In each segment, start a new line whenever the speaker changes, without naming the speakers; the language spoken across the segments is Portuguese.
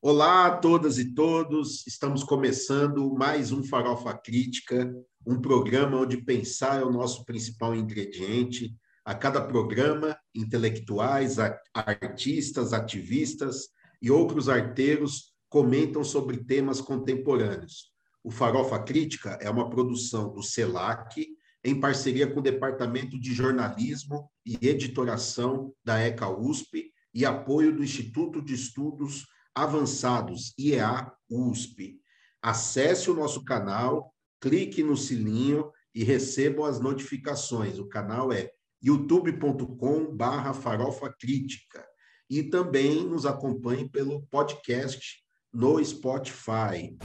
Olá a todas e todos, estamos começando mais um Farofa Crítica, um programa onde pensar é o nosso principal ingrediente. A cada programa, intelectuais, artistas, ativistas e outros arteiros comentam sobre temas contemporâneos. O Farofa Crítica é uma produção do CELAC, em parceria com o Departamento de Jornalismo e Editoração da ECA USP e apoio do Instituto de Estudos Avançados, IEA USP. Acesse o nosso canal, clique no sininho e recebam as notificações. O canal é youtube.com/Farofa Crítica. E também nos acompanhe pelo podcast no Spotify.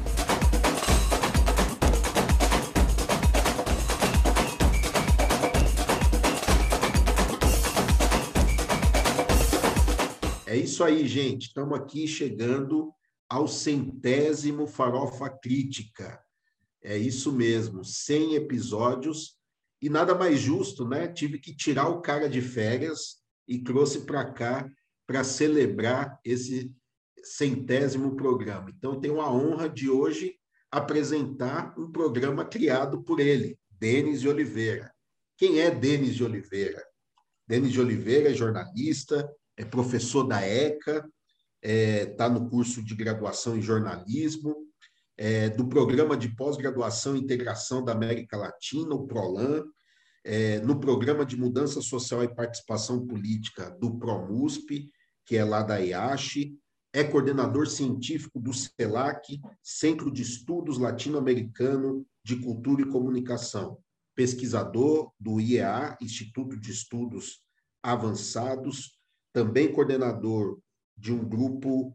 É isso aí, gente. Estamos aqui chegando ao 100º Farofa Crítica. É isso mesmo, 100 episódios. E nada mais justo, né? Tive que tirar o cara de férias e trouxe para cá para celebrar esse 100º programa. Então, tenho a honra de hoje apresentar um programa criado por ele, Denis de Oliveira. Quem é Denis de Oliveira? Denis de Oliveira é jornalista, é professor da ECA, está no curso de graduação em jornalismo, do Programa de Pós-Graduação e Integração da América Latina, o PROLAN, no Programa de Mudança Social e Participação Política do PROMUSP, que é lá da IACHE, é coordenador científico do CELAC, Centro de Estudos Latino-Americano de Cultura e Comunicação, pesquisador do IEA, Instituto de Estudos Avançados, também coordenador de um grupo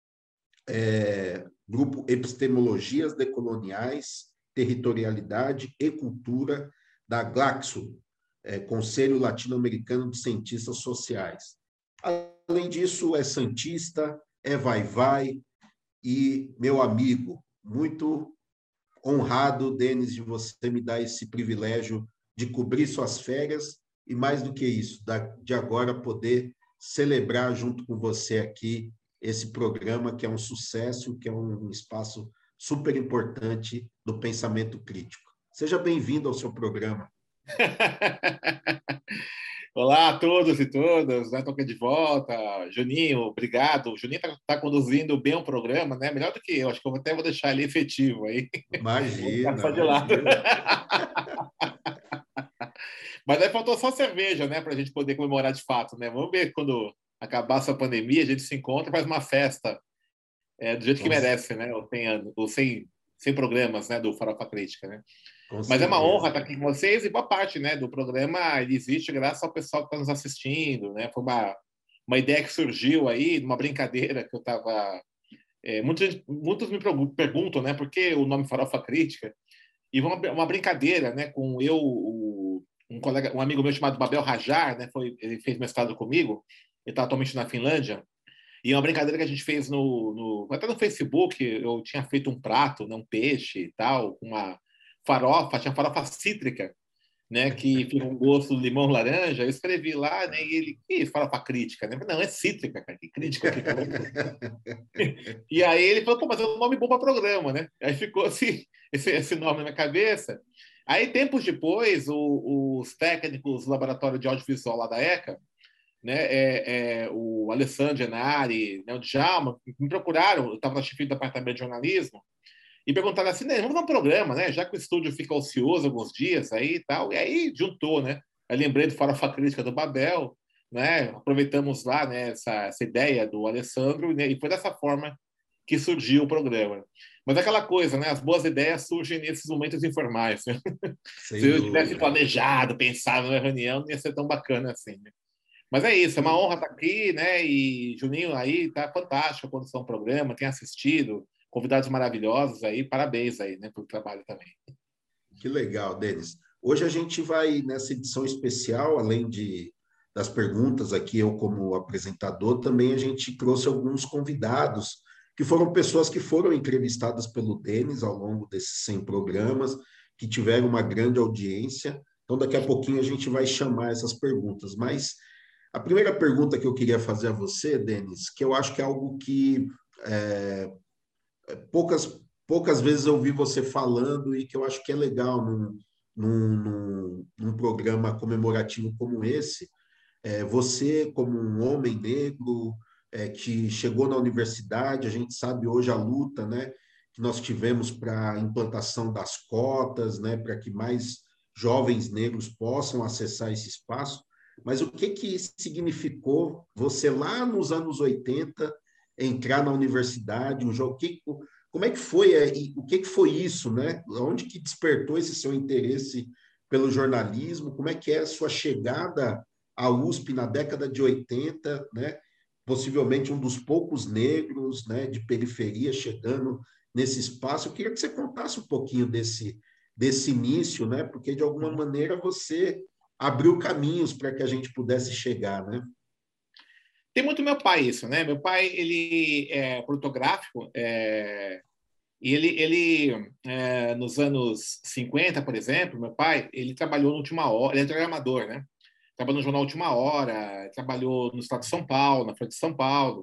Epistemologias Decoloniais, Territorialidade e Cultura, da GLACSO, Conselho Latino-Americano de Cientistas Sociais. Além disso, é santista, é vai-vai e meu amigo. Muito honrado, Denis, de você me dar esse privilégio de cobrir suas férias e, mais do que isso, de agora poder celebrar junto com você aqui esse programa que é um sucesso, que é um espaço super importante do pensamento crítico. Seja bem-vindo ao seu programa.
Olá a todos e todas, né? Estou aqui de volta. Juninho, obrigado. O Juninho está conduzindo bem o programa, né? Melhor do que eu. Acho que eu até vou deixar ele efetivo aí.
Imagina,
só de lado. Mas aí faltou só cerveja, né? Para a gente poder comemorar de fato, né? Vamos ver quando acabar essa pandemia, a gente se encontra e faz uma festa do jeito que merece, né? Os 100 programas, né? Do Farofa Crítica, né? Mas é uma honra estar aqui com vocês e boa parte, né, do programa ele existe graças ao pessoal que está nos assistindo, né? Foi uma ideia que surgiu aí, uma brincadeira que eu estava... muitos me perguntam, né, por que o nome Farofa Crítica? E uma brincadeira, né, com um amigo meu chamado Babel Rajar, né, ele fez mestrado comigo, ele está atualmente na Finlândia, e uma brincadeira que a gente fez até no Facebook, eu tinha feito um prato, né, um peixe e tal, com uma tinha farofa cítrica, né, que fica um gosto de limão laranja. Eu escrevi lá, né, e ele, que farofa crítica, né? Não, é cítrica, cara, que crítica que falou. E aí ele falou, pô, mas é um nome bom para programa, né? Aí ficou assim, esse nome na minha cabeça. Aí, tempos depois, os técnicos do laboratório de audiovisual lá da ECA, né, o Alessandro Genari, né, o Djalma, me procuraram, eu estava na chefia do departamento de jornalismo, e perguntaram assim, né, vamos dar um programa, né? Já que o estúdio fica ocioso alguns dias aí e tal. E aí juntou, né? Eu lembrei do Farofa Crítica do Babel, né? Aproveitamos lá, né, essa ideia do Alessandro, né? E foi dessa forma que surgiu o programa. Mas aquela coisa, né? As boas ideias surgem nesses momentos informais. Né? Se eu tivesse planejado, pensado na reunião, não ia ser tão bacana assim, né? Mas é isso, é uma honra estar aqui, né? E Juninho aí tá fantástico a condução do programa, tem assistido, convidados maravilhosos aí, parabéns aí, né, pelo trabalho também.
Que legal, Denis. Hoje a gente vai, nessa edição especial, além das perguntas aqui, eu como apresentador, também a gente trouxe alguns convidados, que foram pessoas que foram entrevistadas pelo Denis ao longo desses 100 programas, que tiveram uma grande audiência. Então, daqui a pouquinho a gente vai chamar essas perguntas. Mas a primeira pergunta que eu queria fazer a você, Denis, que eu acho que é algo que poucas vezes eu ouvi você falando e que eu acho que é legal num programa comemorativo como esse, você, como um homem negro, que chegou na universidade, a gente sabe hoje a luta, né, que nós tivemos para a implantação das cotas, né, para que mais jovens negros possam acessar esse espaço. Mas o que que significou você lá nos anos 80 entrar na universidade, como é que foi, o que que foi isso, né? Onde que despertou esse seu interesse pelo jornalismo? Como é que é a sua chegada à USP na década de 80, né? Possivelmente um dos poucos negros, né, de periferia chegando nesse espaço. Eu queria que você contasse um pouquinho desse início, né? Porque de alguma maneira você abriu caminhos para que a gente pudesse chegar, né?
Tem muito meu pai isso, né? Meu pai, ele é fotográfico, e nos anos 50, por exemplo, meu pai, ele trabalhou no Última Hora, ele é programador, né? Trabalhou no jornal Última Hora, trabalhou no estado de São Paulo, na Folha de São Paulo.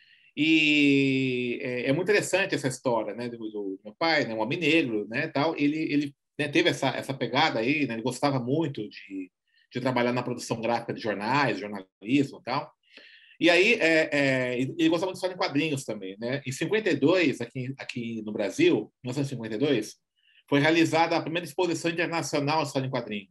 E é muito interessante essa história, né? Do meu pai, né? Um homem negro, né? Tal. Ele né, teve essa pegada aí, né? Ele gostava muito de trabalhar na produção gráfica de jornais, jornalismo e tal. E aí, ele gostava de história em quadrinhos também, né? Em 52, aqui no Brasil, em 1952, foi realizada a primeira exposição internacional de história em quadrinhos.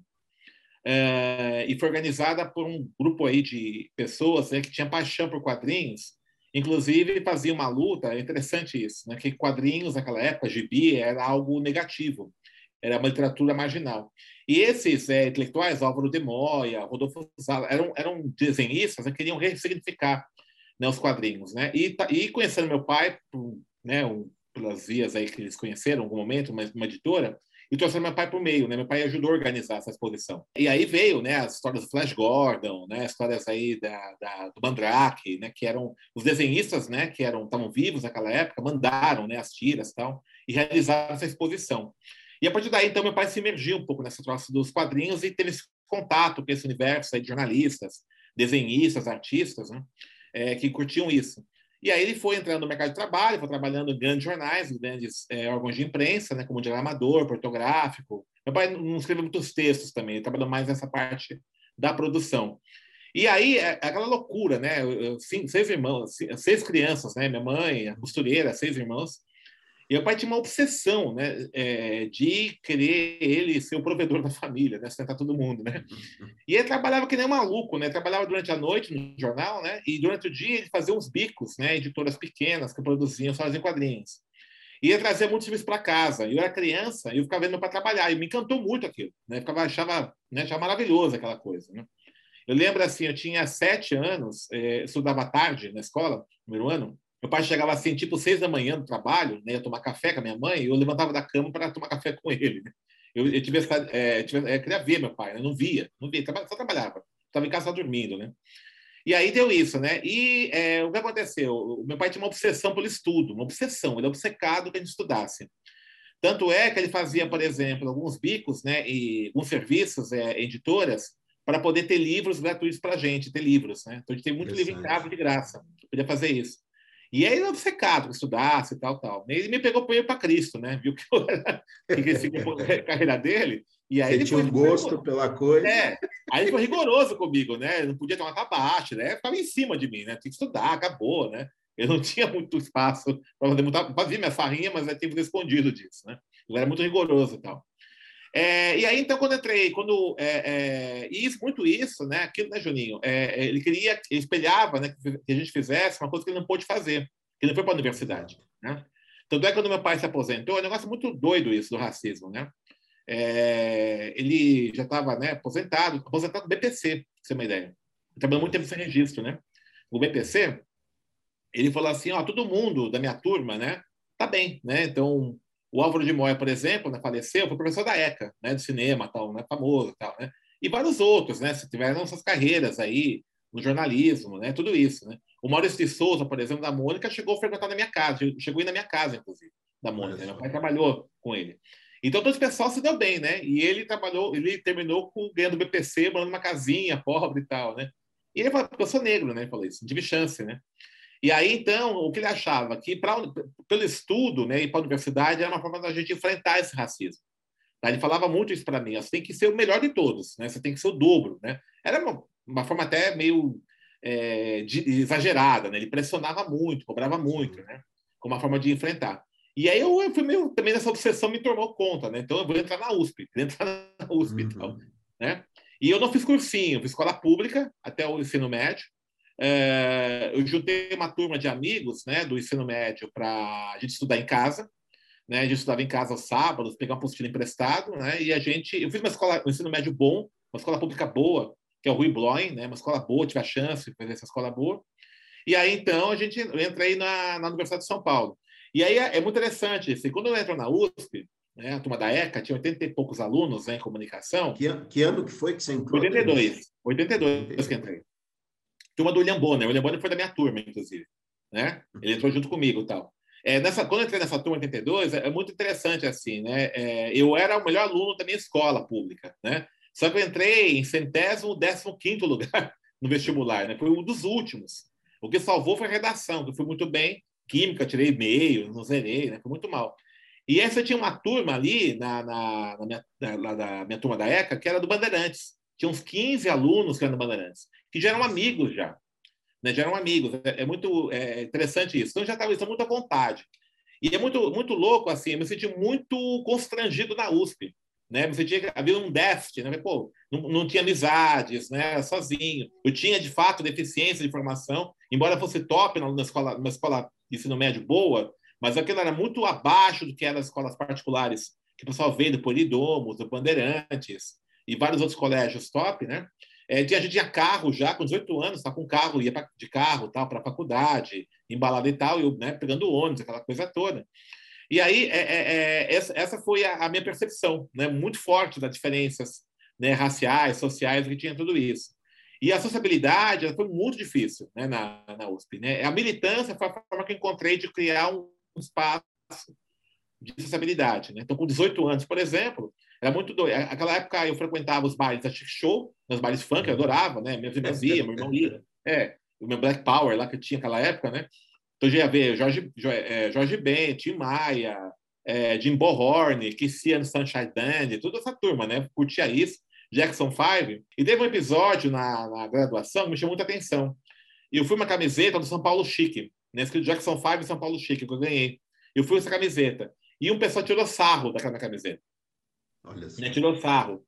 E foi organizada por um grupo aí de pessoas, né, que tinha paixão por quadrinhos, inclusive fazia uma luta, é interessante isso, né, que quadrinhos naquela época, gibi, era algo negativo, era uma literatura marginal. E esses intelectuais, Álvaro de Moya, Rodolfo Sala, eram desenhistas, né, que queriam ressignificar, né, os quadrinhos. Né? E conhecendo meu pai, né, pelas vias aí que eles conheceram, em algum momento, uma editora, e trouxeram meu pai para o meio, né? Meu pai ajudou a organizar essa exposição. E aí veio, né, as histórias do Flash Gordon, né, as histórias aí do Mandrake, né, que eram os desenhistas, né, que estavam vivos naquela época, mandaram, né, as tiras e tal, e realizaram essa exposição. E a partir daí, então, meu pai se emergiu um pouco nessa troça dos quadrinhos e teve esse contato com esse universo aí de jornalistas, desenhistas, artistas, né, que curtiam isso. E aí ele foi entrando no mercado de trabalho, foi trabalhando em grandes jornais, em grandes órgãos de imprensa, né, como diagramador, portográfico. Meu pai não escreveu muitos textos também, ele trabalhou mais nessa parte da produção. E aí, aquela loucura, né? 6 irmãos, 6 crianças, né? Minha mãe, a costureira, 6 irmãos. E meu pai tinha uma obsessão, né, de querer ele ser o provedor da família, né, sustentar todo mundo, né? E ele trabalhava que nem um maluco, né? Trabalhava durante a noite no jornal, né? E durante o dia ele fazia uns bicos, né? Editoras pequenas que produziam histórias em quadrinhos. E ia trazer muito serviço para casa. Eu era criança e eu ficava vendo para trabalhar. E me encantou muito aquilo, né? Achava maravilhoso aquela coisa, né? Eu lembro assim, eu tinha 7 anos, estudava à tarde na escola, primeiro ano. Meu pai chegava assim, tipo 6 da manhã do trabalho, né? Ia tomar café com a minha mãe, e eu levantava da cama para tomar café com ele, né? Eu queria ver meu pai, né? Não via, só trabalhava. Estava em casa só dormindo, né? E aí deu isso, né? E o que aconteceu? O meu pai tinha uma obsessão pelo estudo, uma obsessão. Ele é obcecado que a gente estudasse. Tanto é que ele fazia, por exemplo, alguns bicos, né? E alguns serviços, editoras, para poder ter livros gratuitos para a gente, ter livros, né? Então a gente tem muito livro em casa de graça. Eu podia fazer isso. E aí ele era obcecado, que estudasse e tal, tal. Ele me pegou para ir para Cristo, né? Viu que que ele seguia a carreira dele. E aí
Você
ele
tinha
foi
um gosto pela coisa.
Aí ele foi rigoroso comigo, né? Eu não podia tomar tabaco, né? Ficava em cima de mim, né? Tinha que estudar, acabou, né? Eu não tinha muito espaço para fazer muita. Fazia minha farrinha, mas eu tinha que fazer escondido disso, né? Eu era muito rigoroso e tal. E aí, então, quando eu entrei, muito isso, né? Aquilo, né, Juninho? Ele espelhava, né, que a gente fizesse uma coisa que ele não pôde fazer, que ele não foi para a universidade, né? Tanto é que quando meu pai se aposentou, é um negócio muito doido isso do racismo, né? Ele já estava, né, aposentado do BPC, pra você ter uma ideia. Ele trabalhou muito tempo sem registro, né? O BPC, ele falou assim, ó, todo mundo da minha turma, né, tá bem, né? Então, o Álvaro de Moya, por exemplo, né, faleceu, foi professor da ECA, né, do cinema, tal, né, famoso, tal, né? E vários outros, né, se tiveram suas carreiras aí no jornalismo, né, tudo isso, né? O Maurício de Souza, por exemplo, da Mônica, chegou a frequentar na minha casa, chegou a ir na minha casa, inclusive, da Mônica. Meu pai trabalhou com ele. Então, todo esse pessoal se deu bem, né? E ele terminou ganhando BPC, morando numa casinha pobre e tal, né? E ele falou, porque eu sou negro, né? Ele falou isso, não tive chance, né? E aí, então, o que ele achava? Que pelo estudo, né, ir para a universidade era uma forma da gente enfrentar esse racismo. Tá? Ele falava muito isso para mim. Você tem que ser o melhor de todos, né? Você tem que ser o dobro, né? Era uma forma até meio exagerada, né? Ele pressionava muito, cobrava muito, né? Como uma forma de enfrentar. E aí eu fui meio também nessa obsessão me tornou conta, né? Então eu vou entrar na USP, vou entrar na USP e tal, né? E eu não fiz cursinho, fiz escola pública até o ensino médio. Eu juntei uma turma de amigos, né, do ensino médio para a gente estudar em casa, né? A gente estudava em casa aos sábados, pegar uma apostila emprestado, né? E eu fiz um ensino médio bom, uma escola pública boa, que é o Rui Bloin, né? Uma escola boa, tive a chance de fazer essa escola boa. E aí, então, eu entrei na Universidade de São Paulo. E aí é muito interessante, assim, quando eu entro na USP, né, a turma da ECA tinha 80 e poucos alunos, né, em comunicação.
Que ano que foi que você entrou?
82 que entrei. Turma do William Bonner. O William Bonner foi da minha turma, inclusive, né? Ele entrou junto comigo e tal. Quando eu entrei nessa turma 82, é muito interessante, assim, né? Eu era o melhor aluno da minha escola pública, né? Só que eu entrei em 15º lugar no vestibular, né? Foi um dos últimos. O que salvou foi a redação, que eu fui muito bem. Química, tirei meio, não zerei, né? Foi muito mal. E essa tinha uma turma ali, na minha turma da ECA, que era do Bandeirantes. Tinha uns 15 alunos que eram do Bandeirantes, que já eram amigos já. Né? Já eram amigos. É muito interessante isso. Então, já estava muito à vontade. E é muito louco, assim, eu me senti muito constrangido na USP. Né? Me sentia havia um déficit, né? Pô, não tinha amizades, né? Sozinho. Eu tinha, de fato, deficiência de formação, embora fosse top numa escola de ensino médio boa, mas aquilo era muito abaixo do que eram as escolas particulares, que o pessoal veio do Polidomos, do Bandeirantes e vários outros colégios top, né? A gente tinha carro já, com 18 anos, tá com carro, ia de carro tal para a faculdade, embalado e tal, e eu, né, pegando ônibus, aquela coisa toda. E aí, essa foi a minha percepção, né, muito forte das diferenças, né, raciais, sociais, que tinha tudo isso. E a sociabilidade foi muito difícil, né, na USP. Né? A militância foi a forma que eu encontrei de criar um espaço de sociabilidade. Né? Então, com 18 anos, por exemplo, era muito doido. Naquela época, eu frequentava os bailes da Chic Show, nos bailes funk, eu adorava, né? Minhas irmãs iam, meu irmão ia. O meu Black Power lá que eu tinha naquela época, né? Então, eu já ia ver Jorge Ben, Tim Maia, Jimbo Horn, Kissy and Sunshine Band, toda essa turma, né? Curtia isso. Jackson 5. E teve um episódio na graduação que me chamou muita atenção. E eu fui uma camiseta do São Paulo Chique, né? Escrito Jackson 5 e São Paulo Chique, que eu ganhei. Eu fui essa camiseta. E um pessoal tirou sarro daquela camiseta.
Olha só.
Né? Tirou sarro.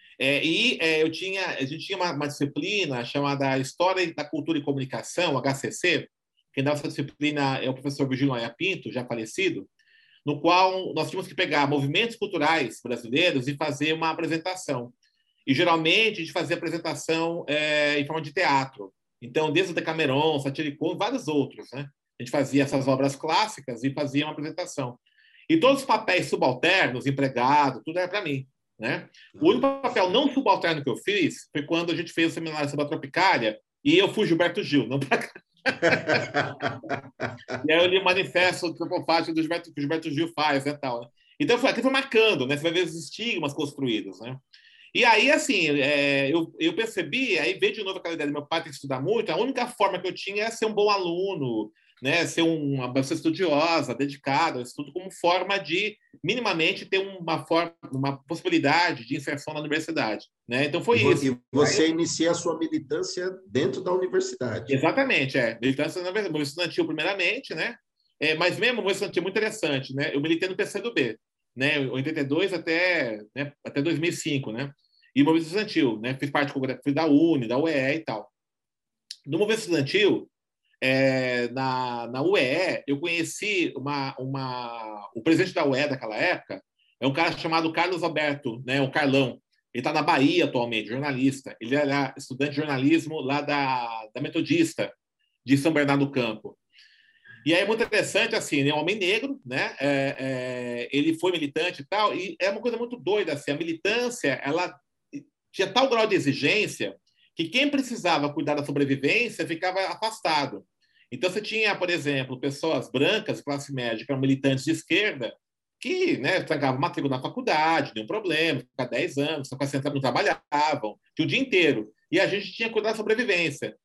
A gente tinha uma disciplina chamada História da Cultura e Comunicação, HCC. Quem dava essa disciplina é o professor Virgílio Maia Pinto, já falecido, no qual nós tínhamos que pegar movimentos culturais brasileiros e fazer uma apresentação. E, geralmente, a gente fazia apresentação em forma de teatro. Então, desde o Decameron, Satiricon, vários outros. Né? A gente fazia essas obras clássicas e fazia uma apresentação. E todos os papéis subalternos, empregado, tudo era para mim. Né? O único papel não subalterno que eu fiz foi quando a gente fez o seminário sobre a Tropicália e eu fui Gilberto Gil, não para cá. E aí eu li o manifesto que eu faço do que o Gilberto Gil faz, né, tal. Né? Então, aquilo foi marcando, né? Você vai ver os estigmas construídos, né? E aí, assim, eu percebi, aí veio de novo aquela ideia do meu pai ter que estudar muito, a única forma que eu tinha era ser um bom aluno, né, ser uma pessoa estudiosa, dedicada ao estudo, como forma de, minimamente, ter uma possibilidade de inserção na universidade. Né? Então, foi isso.
E você inicia a sua militância dentro da universidade.
Exatamente, militância na movimento estudantil, primeiramente, né? Mas mesmo o movimento estudantil é muito interessante, né? Eu militei no PCdoB, né? 82 até 2005, né? E o movimento estudantil, né? Fiz parte da UNE, da UEE e tal. No movimento estudantil, na UEE, eu conheci o presidente da UEE daquela época, é um cara chamado Carlos Alberto, né? O Carlão. Ele está na Bahia atualmente, jornalista. Ele era estudante de jornalismo lá da Metodista, de São Bernardo do Campo. E aí é muito interessante, assim, ele é um homem negro, né? Ele foi militante e tal, e é uma coisa muito doida, assim, a militância, ela tinha tal grau de exigência que quem precisava cuidar da sobrevivência ficava afastado. Então, você tinha, por exemplo, pessoas brancas, classe média, que eram militantes de esquerda, que, né, trancavam matrícula na faculdade, nenhum problema, ficar 10 anos, não trabalhavam, tinha o dia inteiro. E a gente tinha que cuidar da sobrevivência.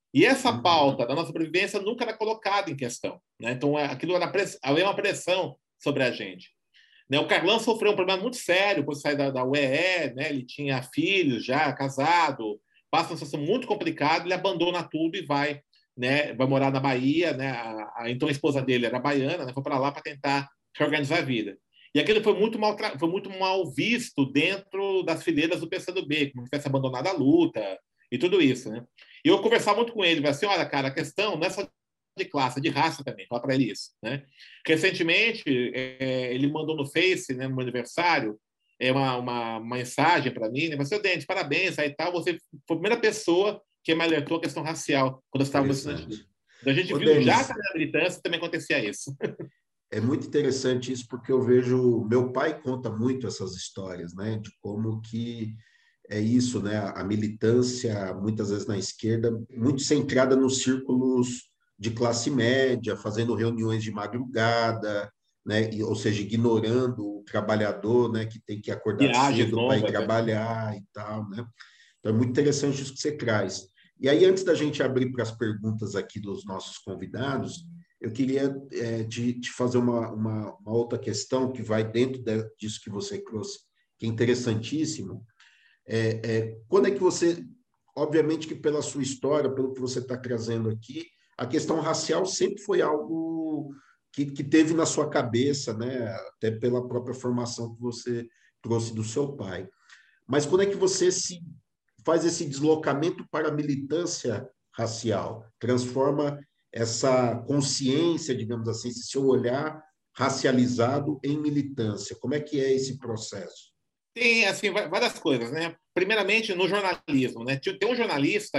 E essa pauta da nossa sobrevivência nunca era colocada em questão, né? Então, aquilo havia uma pressão sobre a gente. Né? O Carlão sofreu um problema muito sério quando saiu da UEE, né? Ele tinha filhos já, casado, passa uma situação muito complicada, ele abandona tudo e vai, né? Vai morar na Bahia, né? Então a esposa dele era baiana, né? Foi para lá para tentar reorganizar a vida. E aquilo foi muito mal visto dentro das fileiras do PCdoB, como se tivesse abandonado a luta e tudo isso, né? E eu conversava muito com ele, falei assim, olha, cara, a questão não é só de classe, é de raça também, fala para ele isso, né? Recentemente, ele mandou no Face, né, no meu aniversário, uma mensagem para mim, né? Seu Dente, parabéns, aí tal, você foi a primeira pessoa que me alertou a questão racial quando eu estava no estudante. Então, a gente
Ô,
viu já
Denis,
que na militância também acontecia isso.
é muito interessante isso, porque eu vejo, meu pai conta muito essas histórias, né, de como que é isso, né, a militância, muitas vezes na esquerda, muito centrada nos círculos de classe média, fazendo reuniões de madrugada, né, ou seja, ignorando o trabalhador, né, que tem que acordar
Viagens
cedo para ir
longas, né?
trabalhar e tal, né. Então é muito interessante isso que você traz. E aí, antes da gente abrir para as perguntas aqui dos nossos convidados, eu queria te fazer uma outra questão que vai dentro disso que você trouxe, que é interessantíssimo. Quando é que você, obviamente que pela sua história, pelo que você está trazendo aqui, a questão racial sempre foi algo que teve na sua cabeça, né? Até pela própria formação que você trouxe do seu pai. Mas quando é que você se faz esse deslocamento para a militância racial, transforma essa consciência, digamos assim, esse seu olhar racializado em militância? Como é que é esse processo?
Tem, assim, várias coisas, né? Primeiramente, no jornalismo, né? Tem um jornalista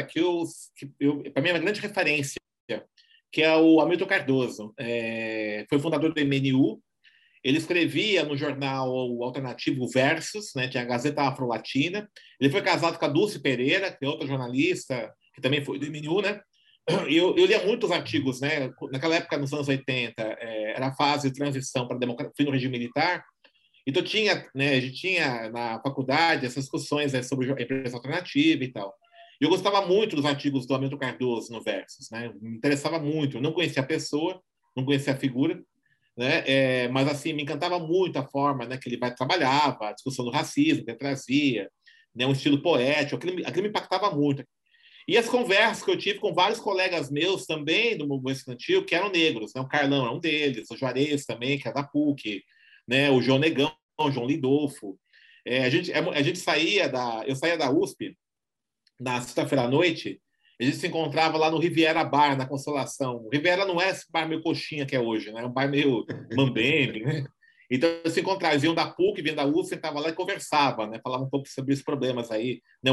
para mim, é uma grande referência, que é o Hamilton Cardoso. Foi fundador do MNU. Ele escrevia no jornal alternativo Versus, né? Tinha a Gazeta Afro-Latina. Ele foi casado com a Dulce Pereira, que é outra jornalista, que também foi do MNU, né? Eu lia muitos artigos, né? Naquela época, nos anos 80, era a fase de transição para fim do regime militar. Então, a gente tinha na faculdade essas discussões, né, sobre a imprensa alternativa e tal. E eu gostava muito dos artigos do Hamilton Cardoso no Versus, né? Me interessava muito. Eu não conhecia a pessoa, não conhecia a figura, né? Mas, assim, me encantava muito a forma, né, que ele trabalhava, a discussão do racismo que ele trazia, né, um estilo poético. Aquilo me impactava muito. E as conversas que eu tive com vários colegas meus também do movimento estudantil, que eram negros, né? O Carlão é um deles, o Juarez também, que é da PUC, né? O João Negão, o João Lindolfo. Eu saía da USP na sexta-feira à noite, a gente se encontrava lá no Riviera Bar, na Consolação. O Riviera não é esse bar meio coxinha que é hoje, né? É um bar meio mambembe, né? Então, se encontrava, eles iam da PUC, vinham da USP, sentava lá e conversava, né? Falava um pouco sobre esses problemas aí. Né?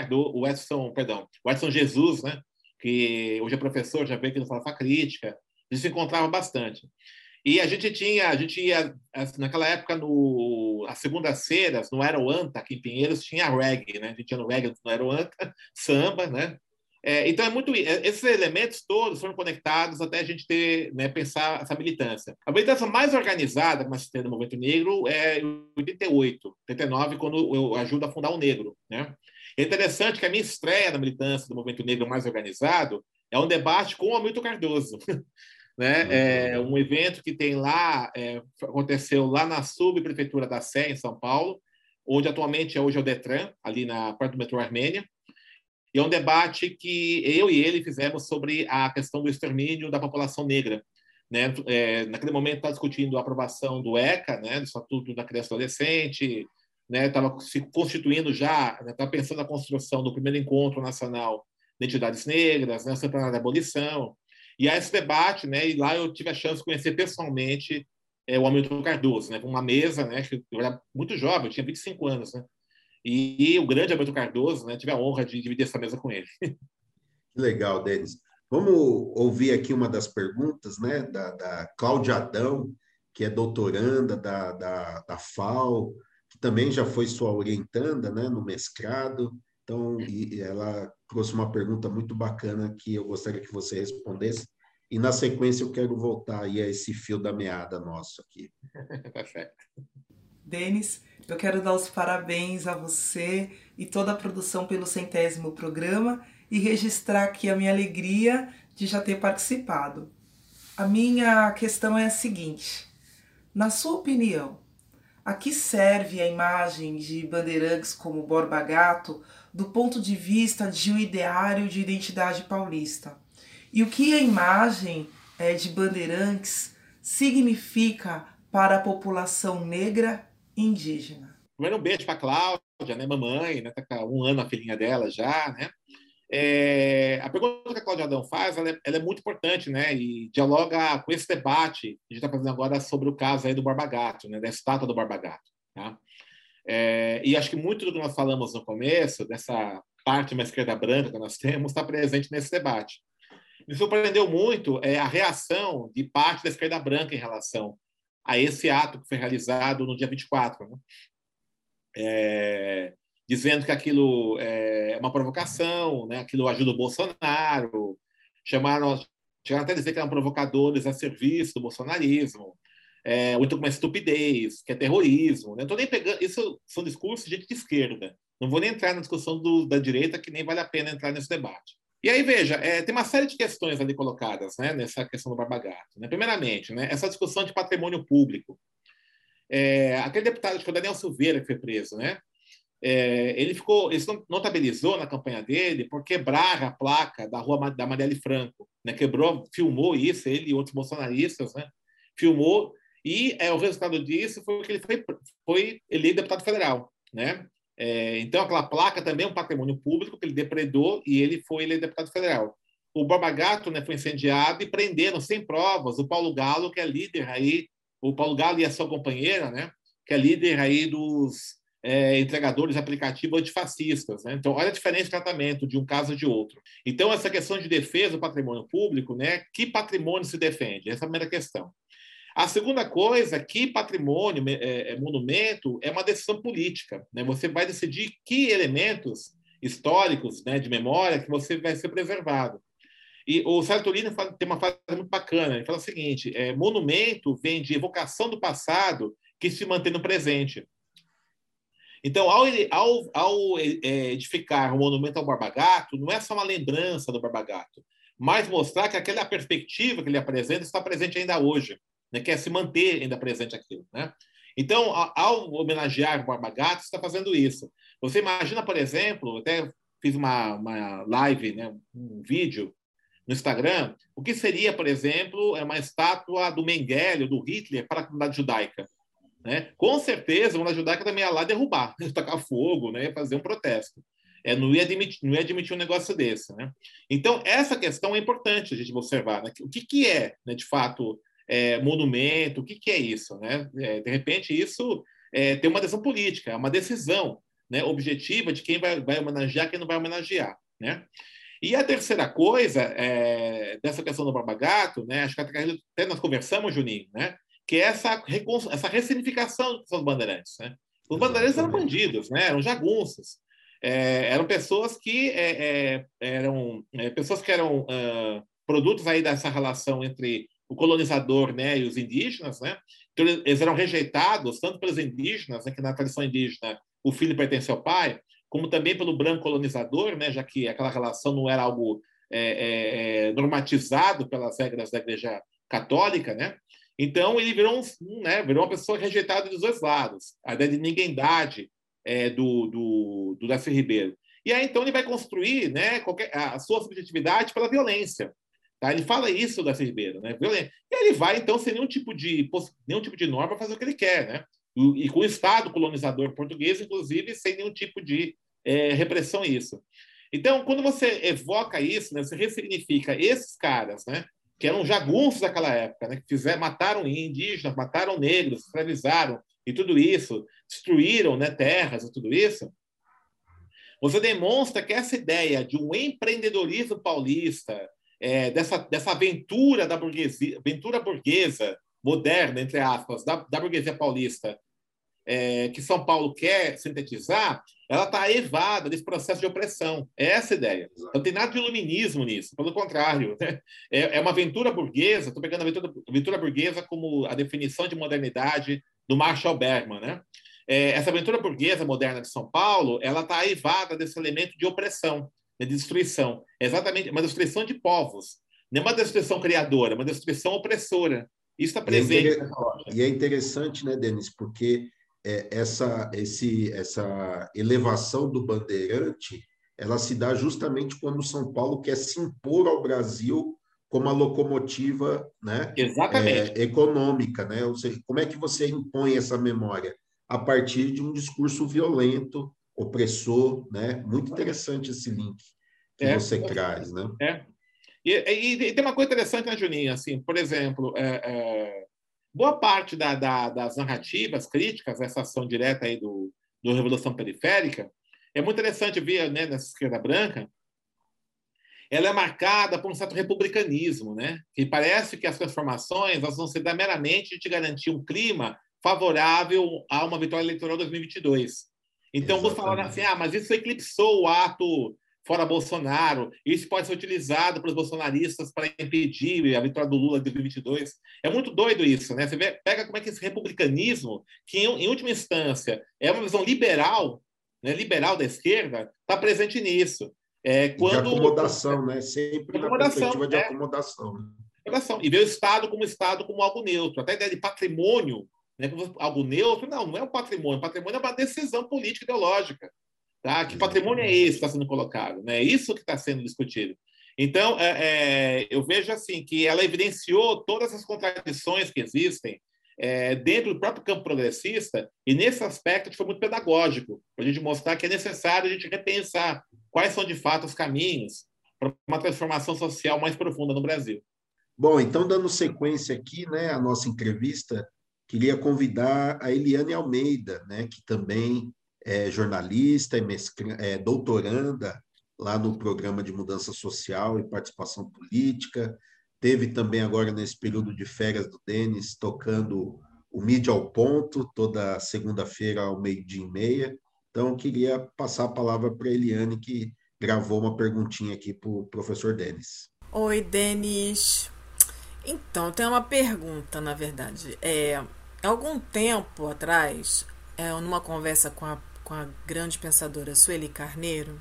O Edson Jesus, né? Que hoje é professor, já veio aqui no Farofa Crítica. A gente se encontrava bastante. E a gente ia, naquela época, às segundas-feiras, no Aeroanta, aqui em Pinheiros, tinha reggae, né? A gente ia no reggae no Aeroanta, samba, né? Então, esses elementos todos foram conectados até a gente pensar essa militância. A militância mais organizada que nós temos no movimento negro é em 88, 89, quando eu ajudo a fundar o Negro. Né? É interessante que a minha estreia na militância do movimento negro mais organizado é um debate com o Hamilton Cardoso. Né? Um evento que tem lá, aconteceu lá na subprefeitura da Sé, em São Paulo, onde atualmente hoje é o Detran, ali na parte do metrô Armênia. E é um debate que eu e ele fizemos sobre a questão do extermínio da população negra. Né? Naquele momento, estava discutindo a aprovação do ECA, né? Do Estatuto da Criança e Adolescente, estava, né? Se constituindo já, estava, né? Pensando na construção do primeiro encontro nacional de entidades negras, né? O Centenário da Abolição. E há esse debate, né? E lá eu tive a chance de conhecer pessoalmente o Hamilton Cardoso, né? Uma mesa, né? Que eu era muito jovem, eu tinha 25 anos, né? E o grande Hamilton Cardoso, né? Tive a honra de dividir essa mesa com ele.
Que legal, Denis. Vamos ouvir aqui uma das perguntas, né? Da Cláudia Adão, que é doutoranda da FAO, que também já foi sua orientanda, né? No mestrado. Então, e ela trouxe uma pergunta muito bacana que eu gostaria que você respondesse. E, na sequência, eu quero voltar aí a esse fio da meada nosso aqui.
Tá certo.
Denis, eu quero dar os parabéns a você e toda a produção pelo 100º programa e registrar aqui a minha alegria de já ter participado. A minha questão é a seguinte: na sua opinião, a que serve a imagem de Bandeirantes como Borba Gato do ponto de vista de um ideário de identidade paulista? E o que a imagem de Bandeirantes significa para a população negra e indígena?
Primeiro, um beijo para a Cláudia, né, mamãe, né, tá com 1 ano a filhinha dela já, né? A pergunta que a Cláudia Adão faz, ela é muito importante, né? E dialoga com esse debate que a gente está fazendo agora sobre o caso aí do Borba Gato, né? Da estátua do Borba Gato, tá? E acho que muito do que nós falamos no começo, dessa parte mais esquerda branca que nós temos, está presente nesse debate. Me surpreendeu muito a reação de parte da esquerda branca em relação a esse ato que foi realizado no dia 24, né? Dizendo que aquilo é uma provocação, né? Aquilo ajuda o Bolsonaro, chegaram até a dizer que eram provocadores a serviço do bolsonarismo, ou então com uma estupidez, que é terrorismo. Né? Não estou nem pegando, isso são discursos de gente de esquerda. Não vou nem entrar na discussão da direita, que nem vale a pena entrar nesse debate. E aí, veja, tem uma série de questões ali colocadas, né, nessa questão do Borba Gato. Né? Primeiramente, né, essa discussão de patrimônio público. Aquele deputado, acho que é o Daniel Silveira, que foi preso, né? Ele notabilizou na campanha dele por quebrar a placa da rua da Marielle Franco, né? Filmou isso, ele e outros bolsonaristas, né? Filmou, e o resultado disso foi que ele foi eleito deputado federal, né? Então aquela placa também é um patrimônio público que ele depredou e ele foi eleito deputado federal. O Borba Gato, né, foi incendiado e prenderam sem provas o Paulo Galo, que é líder aí, o Paulo Galo e a sua companheira, né? Que é líder aí dos entregadores de aplicativos antifascistas. Né? Então, olha a diferença de tratamento de um caso e de outro. Então, essa questão de defesa do patrimônio público, né? Que patrimônio se defende? Essa é a primeira questão. A segunda coisa, que patrimônio, monumento, é uma decisão política. Né? Você vai decidir que elementos históricos, né, de memória que você vai ser preservado. E o Sérgio Tolini tem uma frase muito bacana. Ele fala o seguinte: monumento vem de evocação do passado que se mantém no presente. Então, ao edificar um monumento ao Borba Gato, não é só uma lembrança do Borba Gato, mas mostrar que aquela perspectiva que ele apresenta está presente ainda hoje, né? Quer se manter ainda presente aquilo. Né? Então, ao homenagear o Borba Gato, está fazendo isso. Você imagina, por exemplo, até fiz uma live, né, um vídeo no Instagram, o que seria, por exemplo, uma estátua do Mengele, do Hitler, para a comunidade judaica. Né? Com certeza, a comunidade judaica também ia lá derrubar, tacar fogo, né? Fazer um protesto. Não ia admitir um negócio desse. Né? Então, essa questão é importante a gente observar. Né? O que é, né, de fato, monumento? O que é isso? Né? De repente, isso tem uma decisão política, é uma decisão, né, objetiva de quem vai homenagear e quem não vai homenagear. Né? E a terceira coisa dessa questão do Borba Gato, né, acho que até nós conversamos, Juninho, né, que é essa ressignificação dos bandeirantes. Né? Os bandeirantes eram bandidos, né, eram jagunços, eram pessoas que eram produtos aí dessa relação entre o colonizador, né, e os indígenas. Né? Então, eles eram rejeitados tanto pelos indígenas, né, que na tradição indígena o filho pertence ao pai, como também pelo branco colonizador, né, já que aquela relação não era algo normatizado pelas regras da Igreja Católica. Né? Então, ele virou uma pessoa rejeitada dos dois lados. A ideia de ninguémidade do Darcy Ribeiro. E aí, então, ele vai construir, né, a sua subjetividade pela violência. Tá? Ele fala isso, Darcy Ribeiro. Né? E ele vai, então, sem nenhum tipo de norma, fazer o que ele quer. Né? E com o Estado colonizador português, inclusive, sem nenhum tipo de repressão a isso. Então, quando você evoca isso, né, você ressignifica esses caras, né, que eram jagunços daquela época, né, que mataram indígenas, mataram negros, escravizaram e tudo isso, destruíram, né, terras e tudo isso, você demonstra que essa ideia de um empreendedorismo paulista, dessa aventura da burguesia, aventura burguesa, moderna, entre aspas, da burguesia paulista, que São Paulo quer sintetizar, ela está evada desse processo de opressão. É essa a ideia. Não tem nada de iluminismo nisso, pelo contrário. Né? É uma aventura burguesa, estou pegando a aventura burguesa como a definição de modernidade do Marshall Bergman. Né? Essa aventura burguesa moderna de São Paulo, ela está evada desse elemento de opressão. de destruição. É exatamente uma destruição de povos. Não é uma destruição criadora, é uma destruição opressora. Isso está presente nessa loja.
E é interessante, né, Denis, porque essa elevação do bandeirante, ela se dá justamente quando São Paulo quer se impor ao Brasil como a locomotiva, né,
Exatamente.
econômica, né? Ou seja, como é que você impõe essa memória? A partir de um discurso violento, opressor, né? Muito interessante esse link que
É,
você traz, né?
é. E tem uma coisa interessante, né, Juninho? Assim, por exemplo, boa parte das narrativas críticas a essa ação direta aí do Revolução Periférica é muito interessante ver, né, nessa esquerda branca, ela é marcada por um certo republicanismo, né? Que parece que as transformações elas vão se dar meramente de garantir um clima favorável a uma vitória eleitoral 2022. Então, vos falaram assim, mas isso eclipsou o ato fora Bolsonaro, isso pode ser utilizado pelos bolsonaristas para impedir a vitória do Lula em 2022. É muito doido isso, né? Você pega como é que esse republicanismo, que em última instância é uma visão liberal, né, liberal da esquerda, está presente nisso.
De acomodação, né? Sempre na perspectiva de
né?
acomodação. Né?
E ver o Estado como algo neutro. Até a ideia de patrimônio, né, como algo neutro, não é um patrimônio. Patrimônio é uma decisão política ideológica. Tá? Que patrimônio é esse que está sendo colocado? Né? É isso que está sendo discutido. Então, eu vejo assim que ela evidenciou todas as contradições que existem dentro do próprio campo progressista, e nesse aspecto foi muito pedagógico, para a gente mostrar que é necessário a gente repensar quais são, de fato, os caminhos para uma transformação social mais profunda no Brasil.
Bom, então, dando sequência aqui, né, à nossa entrevista, queria convidar a Eliane Almeida, né, que também é jornalista, é doutoranda lá no Programa de Mudança Social e Participação Política, teve também agora nesse período de férias do Denis, tocando o Mídia ao Ponto, toda segunda-feira ao 12h30. Então, queria passar a palavra para a Eliane, que gravou uma perguntinha aqui para o professor Denis.
Oi, Denis. Então, tem uma pergunta, na verdade. Algum tempo atrás, numa conversa com a grande pensadora Sueli Carneiro,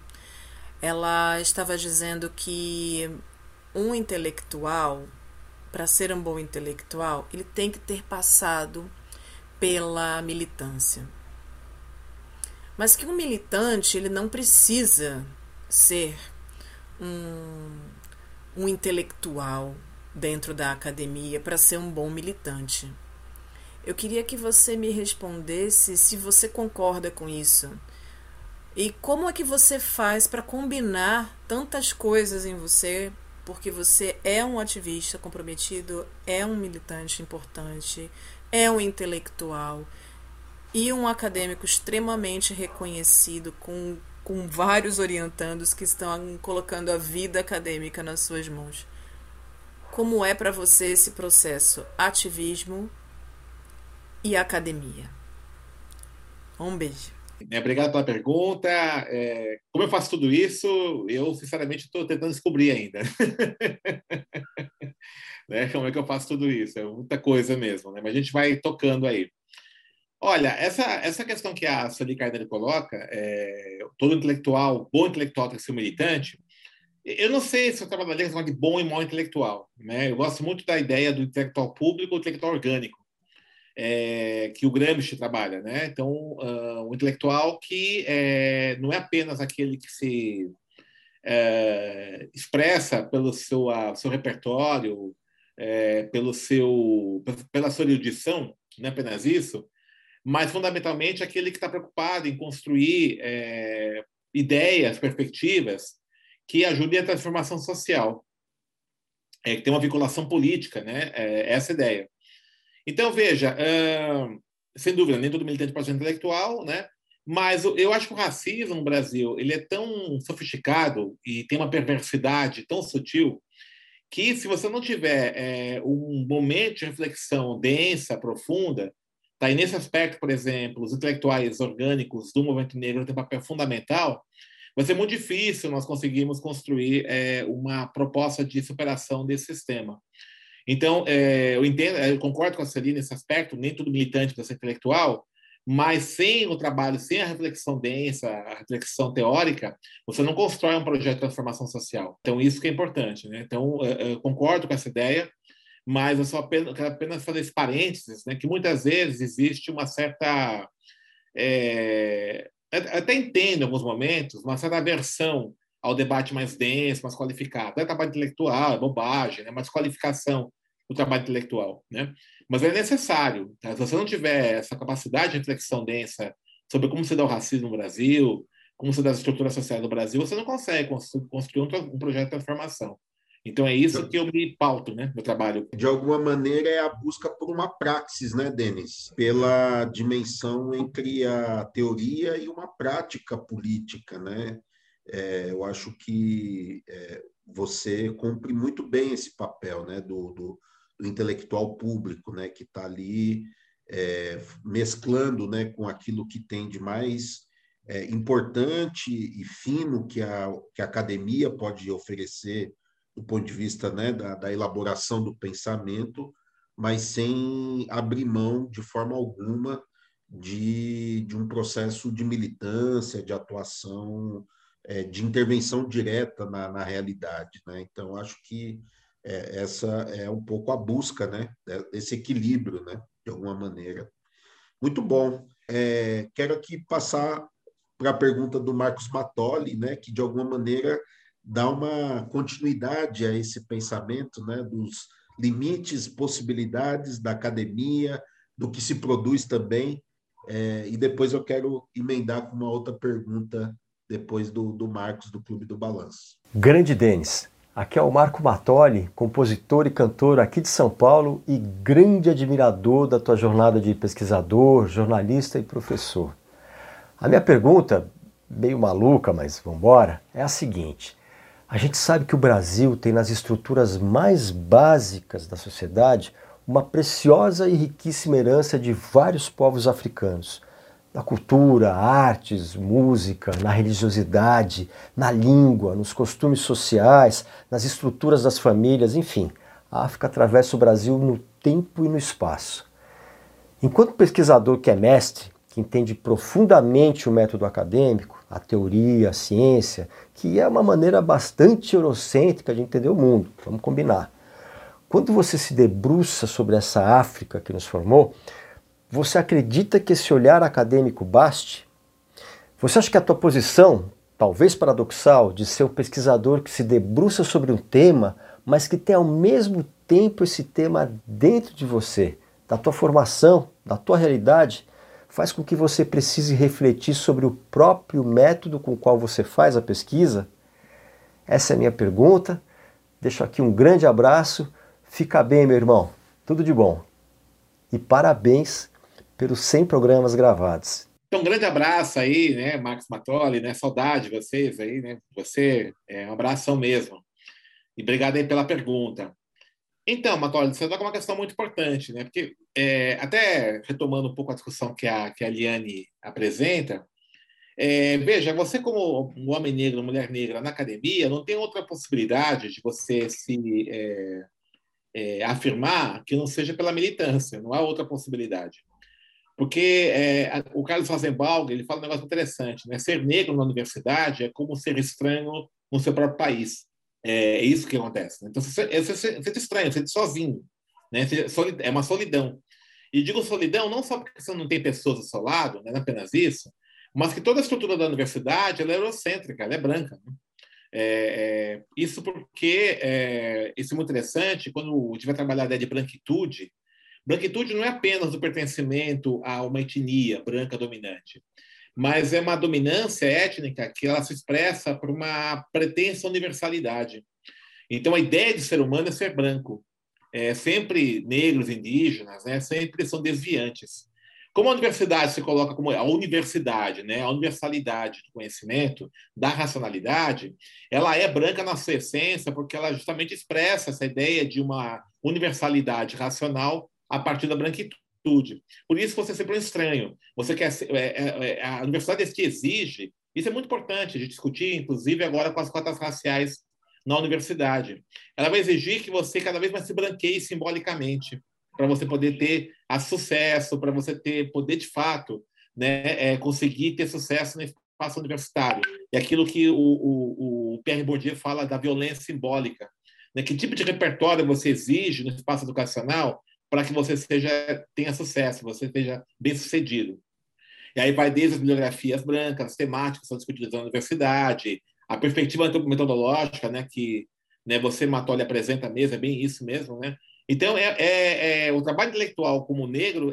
ela estava dizendo que um intelectual, para ser um bom intelectual, ele tem que ter passado pela militância. Mas que um militante, ele não precisa ser um intelectual dentro da academia para ser um bom militante. Eu queria que você me respondesse se você concorda com isso. E como é que você faz para combinar tantas coisas em você, porque você é um ativista comprometido, é um militante importante, é um intelectual e um acadêmico extremamente reconhecido, com vários orientandos que estão colocando a vida acadêmica nas suas mãos. Como é para você esse processo ativismo e academia? Um beijo.
Obrigado pela pergunta. Como eu faço tudo isso, eu, sinceramente, estou tentando descobrir ainda. Né? Como é que eu faço tudo isso? É muita coisa mesmo, né? Mas a gente vai tocando aí. Olha, essa questão que a Sueli Carneiro coloca, todo intelectual, bom intelectual tem que ser militante, eu não sei se eu trabalharia de bom e mau intelectual. Né? Eu gosto muito da ideia do intelectual público ou intelectual orgânico. Que o Gramsci trabalha, né? Então, um intelectual que não é apenas aquele que se expressa pelo seu repertório, pela sua erudição, não é apenas isso, mas fundamentalmente aquele que está preocupado em construir ideias, perspectivas que ajudem a transformação social, que tem uma vinculação política, né? Essa ideia. Então, veja, sem dúvida, nem todo militante pode ser intelectual, né? Mas eu acho que o racismo no Brasil ele é tão sofisticado e tem uma perversidade tão sutil que, se você não tiver um momento de reflexão densa, profunda, tá? E nesse aspecto, por exemplo, os intelectuais orgânicos do movimento negro têm um papel fundamental, vai ser muito difícil nós conseguirmos construir uma proposta de superação desse sistema. Então, eu concordo com a Sueli nesse aspecto, nem todo militante precisa ser intelectual, mas sem o trabalho, sem a reflexão densa, a reflexão teórica, você não constrói um projeto de transformação social. Então, isso que é importante, né? Então, eu concordo com essa ideia, mas eu quero apenas fazer esse parênteses, né? Que muitas vezes existe uma certa... até entendo, em alguns momentos, uma certa aversão ao debate mais denso, mais qualificado. Não é trabalho intelectual, é bobagem, né? Mas qualificação do trabalho intelectual, né? Mas é necessário. Tá? Se você não tiver essa capacidade de reflexão densa sobre como se dá o racismo no Brasil, como se dá as estruturas sociais do Brasil, você não consegue construir um projeto de transformação. Então, é isso que eu me pauto, né, no trabalho.
De alguma maneira, é a busca por uma praxis, né, Denis? Pela dimensão entre a teoria e uma prática política, né? Eu acho que você cumpre muito bem esse papel, né, do intelectual público, né, que está ali mesclando, né, com aquilo que tem de mais importante e fino que a academia pode oferecer do ponto de vista, né, da elaboração do pensamento, mas sem abrir mão de forma alguma de um processo de militância, de atuação, de intervenção direta na realidade, né? Então, acho que essa é um pouco a busca, né, desse equilíbrio, né, de alguma maneira. Muito bom. Quero aqui passar para a pergunta do Marcos Matoli, né, que, de alguma maneira, dá uma continuidade a esse pensamento, né, dos limites, possibilidades da academia, do que se produz também, e depois eu quero emendar com uma outra pergunta, depois do Marcos, do Clube do Balanço.
Grande Denis, aqui é o Marco Matoli, compositor e cantor aqui de São Paulo e grande admirador da tua jornada de pesquisador, jornalista e professor. A minha pergunta, meio maluca, mas vamos embora, é a seguinte: a gente sabe que o Brasil tem nas estruturas mais básicas da sociedade uma preciosa e riquíssima herança de vários povos africanos. Na cultura, artes, música, na religiosidade, na língua, nos costumes sociais, nas estruturas das famílias, enfim. A África atravessa o Brasil no tempo e no espaço. Enquanto pesquisador que é mestre, que entende profundamente o método acadêmico, a teoria, a ciência, que é uma maneira bastante eurocêntrica de entender o mundo, vamos combinar. Quando você se debruça sobre essa África que nos formou, você acredita que esse olhar acadêmico baste? Você acha que a tua posição, talvez paradoxal, de ser um pesquisador que se debruça sobre um tema, mas que tem ao mesmo tempo esse tema dentro de você, da tua formação, da tua realidade, faz com que você precise refletir sobre o próprio método com o qual você faz a pesquisa? Essa é a minha pergunta. Deixo aqui um grande abraço. Fica bem, meu irmão. Tudo de bom. E parabéns pelos 100 programas gravados.
Então, um grande abraço aí, né, Marcos Matoli, né? Saudade de vocês aí, né? Você, um abração mesmo. E obrigado aí pela pergunta. Então, Matoli, você toca uma questão muito importante, né? Porque, até retomando um pouco a discussão que a Liane apresenta, veja, você como um homem negro, uma mulher negra na academia, não tem outra possibilidade de você se afirmar que não seja pela militância, não há outra possibilidade. Porque o Carlos Rosenbaum, ele fala um negócio interessante, né? Ser negro na universidade é como ser estranho no seu próprio país. É isso que acontece. Então, você sente estranho, você sente sozinho. Né? É uma solidão. E digo solidão não só porque você não tem pessoas ao seu lado, não é apenas isso, mas que toda a estrutura da universidade ela é eurocêntrica, ela é branca. Né? Isso porque isso é muito interessante quando a gente vai trabalhar a ideia de branquitude. Branquitude não é apenas o pertencimento a uma etnia branca dominante, mas é uma dominância étnica que ela se expressa por uma pretensa universalidade. Então, a ideia de ser humano é ser branco. Sempre negros, indígenas, né, sempre são desviantes. Como a universidade se coloca como a universidade, né, a universalidade do conhecimento, da racionalidade, ela é branca na sua essência porque ela justamente expressa essa ideia de uma universalidade racional a partir da branquitude. Por isso você é sempre um estranho. Você quer a universidade te exige, isso é muito importante de discutir, inclusive agora com as cotas raciais na universidade. Ela vai exigir que você cada vez mais se branqueie simbolicamente, para você poder ter sucesso, para você poder, de fato, né, conseguir ter sucesso no espaço universitário. É aquilo que o Pierre Bourdieu fala da violência simbólica. Né? Que tipo de repertório você exige no espaço educacional para que você tenha sucesso, você seja bem-sucedido. E aí vai desde as bibliografias brancas, as temáticas que são discutidas na universidade, a perspectiva metodológica, né, que, né, você, Mattoli, apresenta mesmo, é bem isso mesmo, né? Então, o trabalho intelectual como negro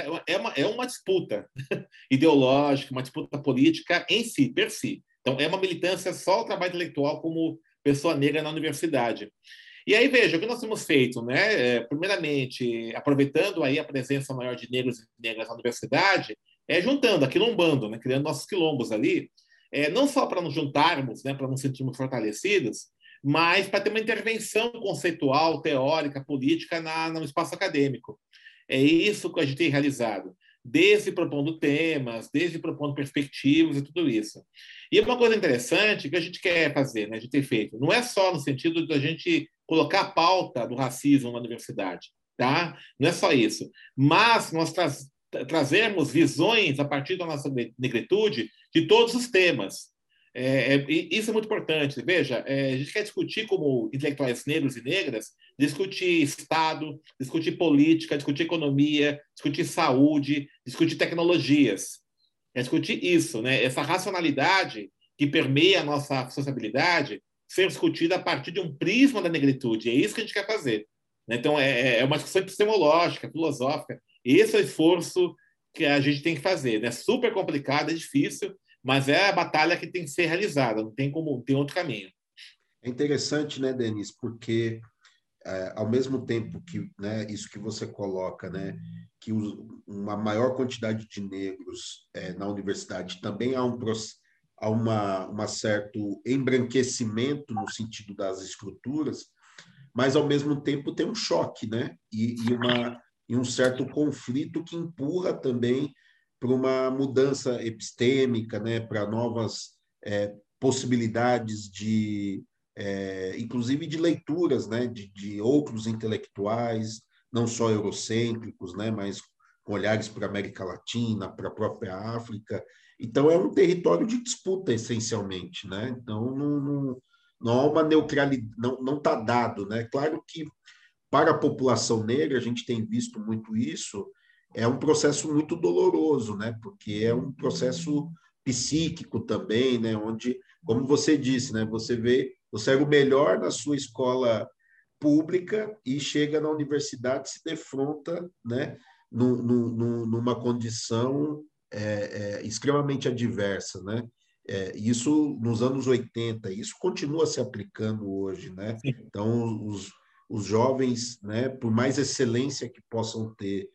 é uma disputa ideológica, uma disputa política em si, per si. Então, é uma militância só o trabalho intelectual como pessoa negra na universidade. E aí, veja, o que nós temos feito, né? Primeiramente, aproveitando aí a presença maior de negros e negras na universidade, juntando, aquilombando, né? Criando nossos quilombos ali, não só para nos juntarmos, né? Para nos sentirmos fortalecidos, mas para ter uma intervenção conceitual, teórica, política no espaço acadêmico. É isso que a gente tem realizado, desde propondo temas, desde propondo perspectivas e tudo isso. E uma coisa interessante que a gente quer fazer, né, a gente tem feito, não é só no sentido de a gente colocar a pauta do racismo na universidade, tá? Não é só isso, mas nós trazemos visões a partir da nossa negritude de todos os temas. Isso é muito importante. Veja, a gente quer discutir como intelectuais negros e negras, discutir Estado, discutir política, discutir economia, discutir saúde, discutir tecnologias. Discutir isso, né? Essa racionalidade que permeia a nossa sociabilidade ser discutida a partir de um prisma da negritude. É isso que a gente quer fazer. Então, é uma discussão epistemológica, filosófica. Esse é o esforço que a gente tem que fazer. É super complicado, é difícil, mas é a batalha que tem que ser realizada, não tem outro caminho.
É interessante, né, Denis, porque ao mesmo tempo que, né, isso que você coloca, né, que uma maior quantidade de negros na universidade também há um certo embranquecimento no sentido das estruturas, mas ao mesmo tempo tem um choque, né, e um certo conflito que empurra também para uma mudança epistêmica, né, para novas possibilidades inclusive de leituras, né, de outros intelectuais, não só eurocêntricos, né, mas com olhares para a América Latina, para a própria África. Então, é um território de disputa, essencialmente, né? Então, não há uma neutralidade, não está dado, né? Claro que, para a população negra, a gente tem visto muito isso, é um processo muito doloroso, né? Porque é um processo psíquico também, né? Onde, como você disse, né? Você era o melhor na sua escola pública e chega na universidade e se defronta, né? Numa condição extremamente adversa, né? Isso nos anos 80, isso continua se aplicando hoje, né? Então, os jovens, né? Por mais excelência que possam ter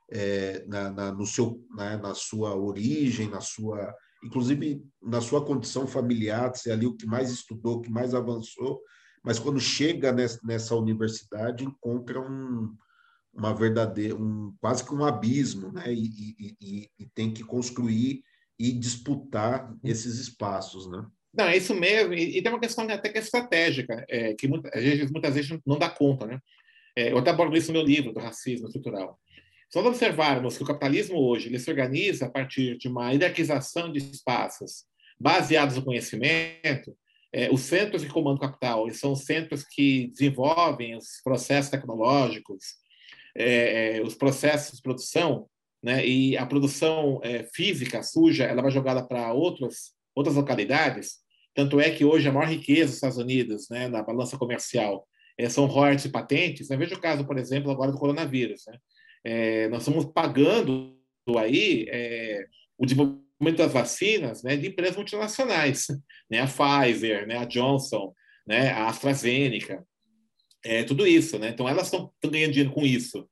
na sua origem, inclusive na sua condição familiar, ser ali o que mais estudou, o que mais avançou, mas quando chega nessa universidade encontra uma verdadeira, quase que um abismo, né? E tem que construir e disputar esses espaços, né?
Não, é isso mesmo. E tem uma questão até que é estratégica, que muitas vezes não dá conta, né? Eu até abordo isso no meu livro, do racismo estrutural. Se nós observarmos que o capitalismo hoje ele se organiza a partir de uma hierarquização de espaços baseados no conhecimento, os centros de comando capital são os centros que desenvolvem os processos tecnológicos, os processos de produção, né? E a produção física suja ela vai jogada para outras localidades. Tanto é que hoje a maior riqueza dos Estados Unidos, né, na balança comercial, são royalties e patentes. Veja o caso, por exemplo, agora do coronavírus, né? Nós estamos pagando aí o desenvolvimento das vacinas, né, de empresas multinacionais, né, a Pfizer, né, a Johnson, né, a AstraZeneca, tudo isso, né? Então elas estão ganhando dinheiro com isso.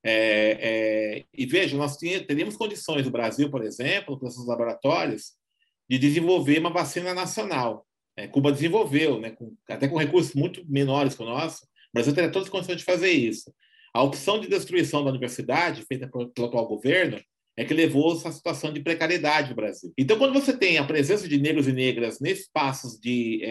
E veja, nós teríamos condições no Brasil, por exemplo, para esses laboratórios, de desenvolver uma vacina nacional. Cuba desenvolveu, né, até com recursos muito menores que o nosso. O Brasil teria todas as condições de fazer isso. A opção de destruição da universidade, feita pelo atual governo, é que levou a essa situação de precariedade no Brasil. Então, quando você tem a presença de negros e negras nesses espaços de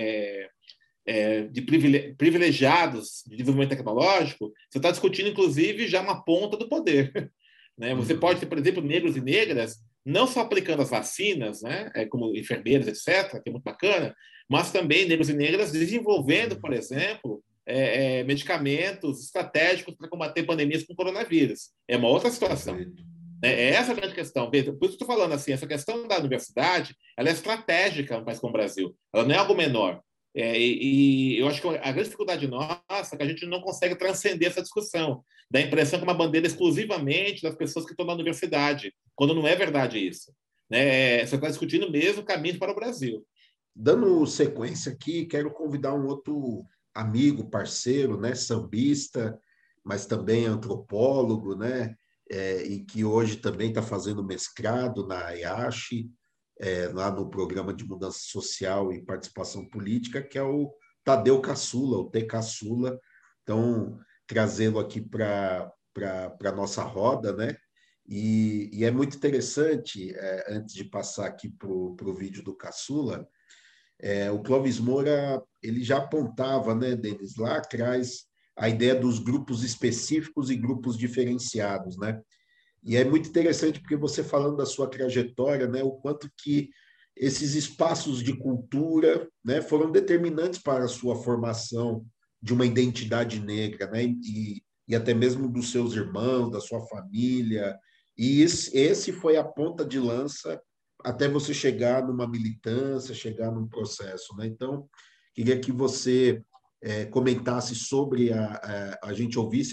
privilegiados de desenvolvimento tecnológico, você está discutindo, inclusive, já uma ponta do poder. Né? Você pode ter, por exemplo, negros e negras não só aplicando as vacinas, né, como enfermeiros, etc., que é muito bacana, mas também negros e negras desenvolvendo, por exemplo, medicamentos estratégicos para combater pandemias com coronavírus. É uma outra situação. É essa a grande questão. Por isso que eu estou falando assim, essa questão da universidade, ela é estratégica no país como o Brasil. Ela não é algo menor. E eu acho que a grande dificuldade nossa é que a gente não consegue transcender essa discussão, da impressão que é uma bandeira exclusivamente das pessoas que estão na universidade, quando não é verdade isso. Né? Você está discutindo mesmo caminhos para o Brasil.
Dando sequência aqui, quero convidar um outro amigo, parceiro, né, sambista, mas também antropólogo, né, e que hoje também está fazendo mestrado na IACHE, lá no Programa de Mudança Social e Participação Política, que é o Tadeu Caçula, o T. Caçula. Então, trazê-lo aqui para a nossa roda, né? E é muito interessante, antes de passar aqui para o vídeo do Caçula, o Clóvis Moura ele já apontava, né, Denis, lá atrás, a ideia dos grupos específicos e grupos diferenciados, né? E é muito interessante porque você falando da sua trajetória, né, o quanto que esses espaços de cultura, né, foram determinantes para a sua formação de uma identidade negra, né, e até mesmo dos seus irmãos, da sua família. E esse foi a ponta de lança até você chegar numa militância, chegar num processo, né? Então, queria que você comentasse sobre a gente ouvisse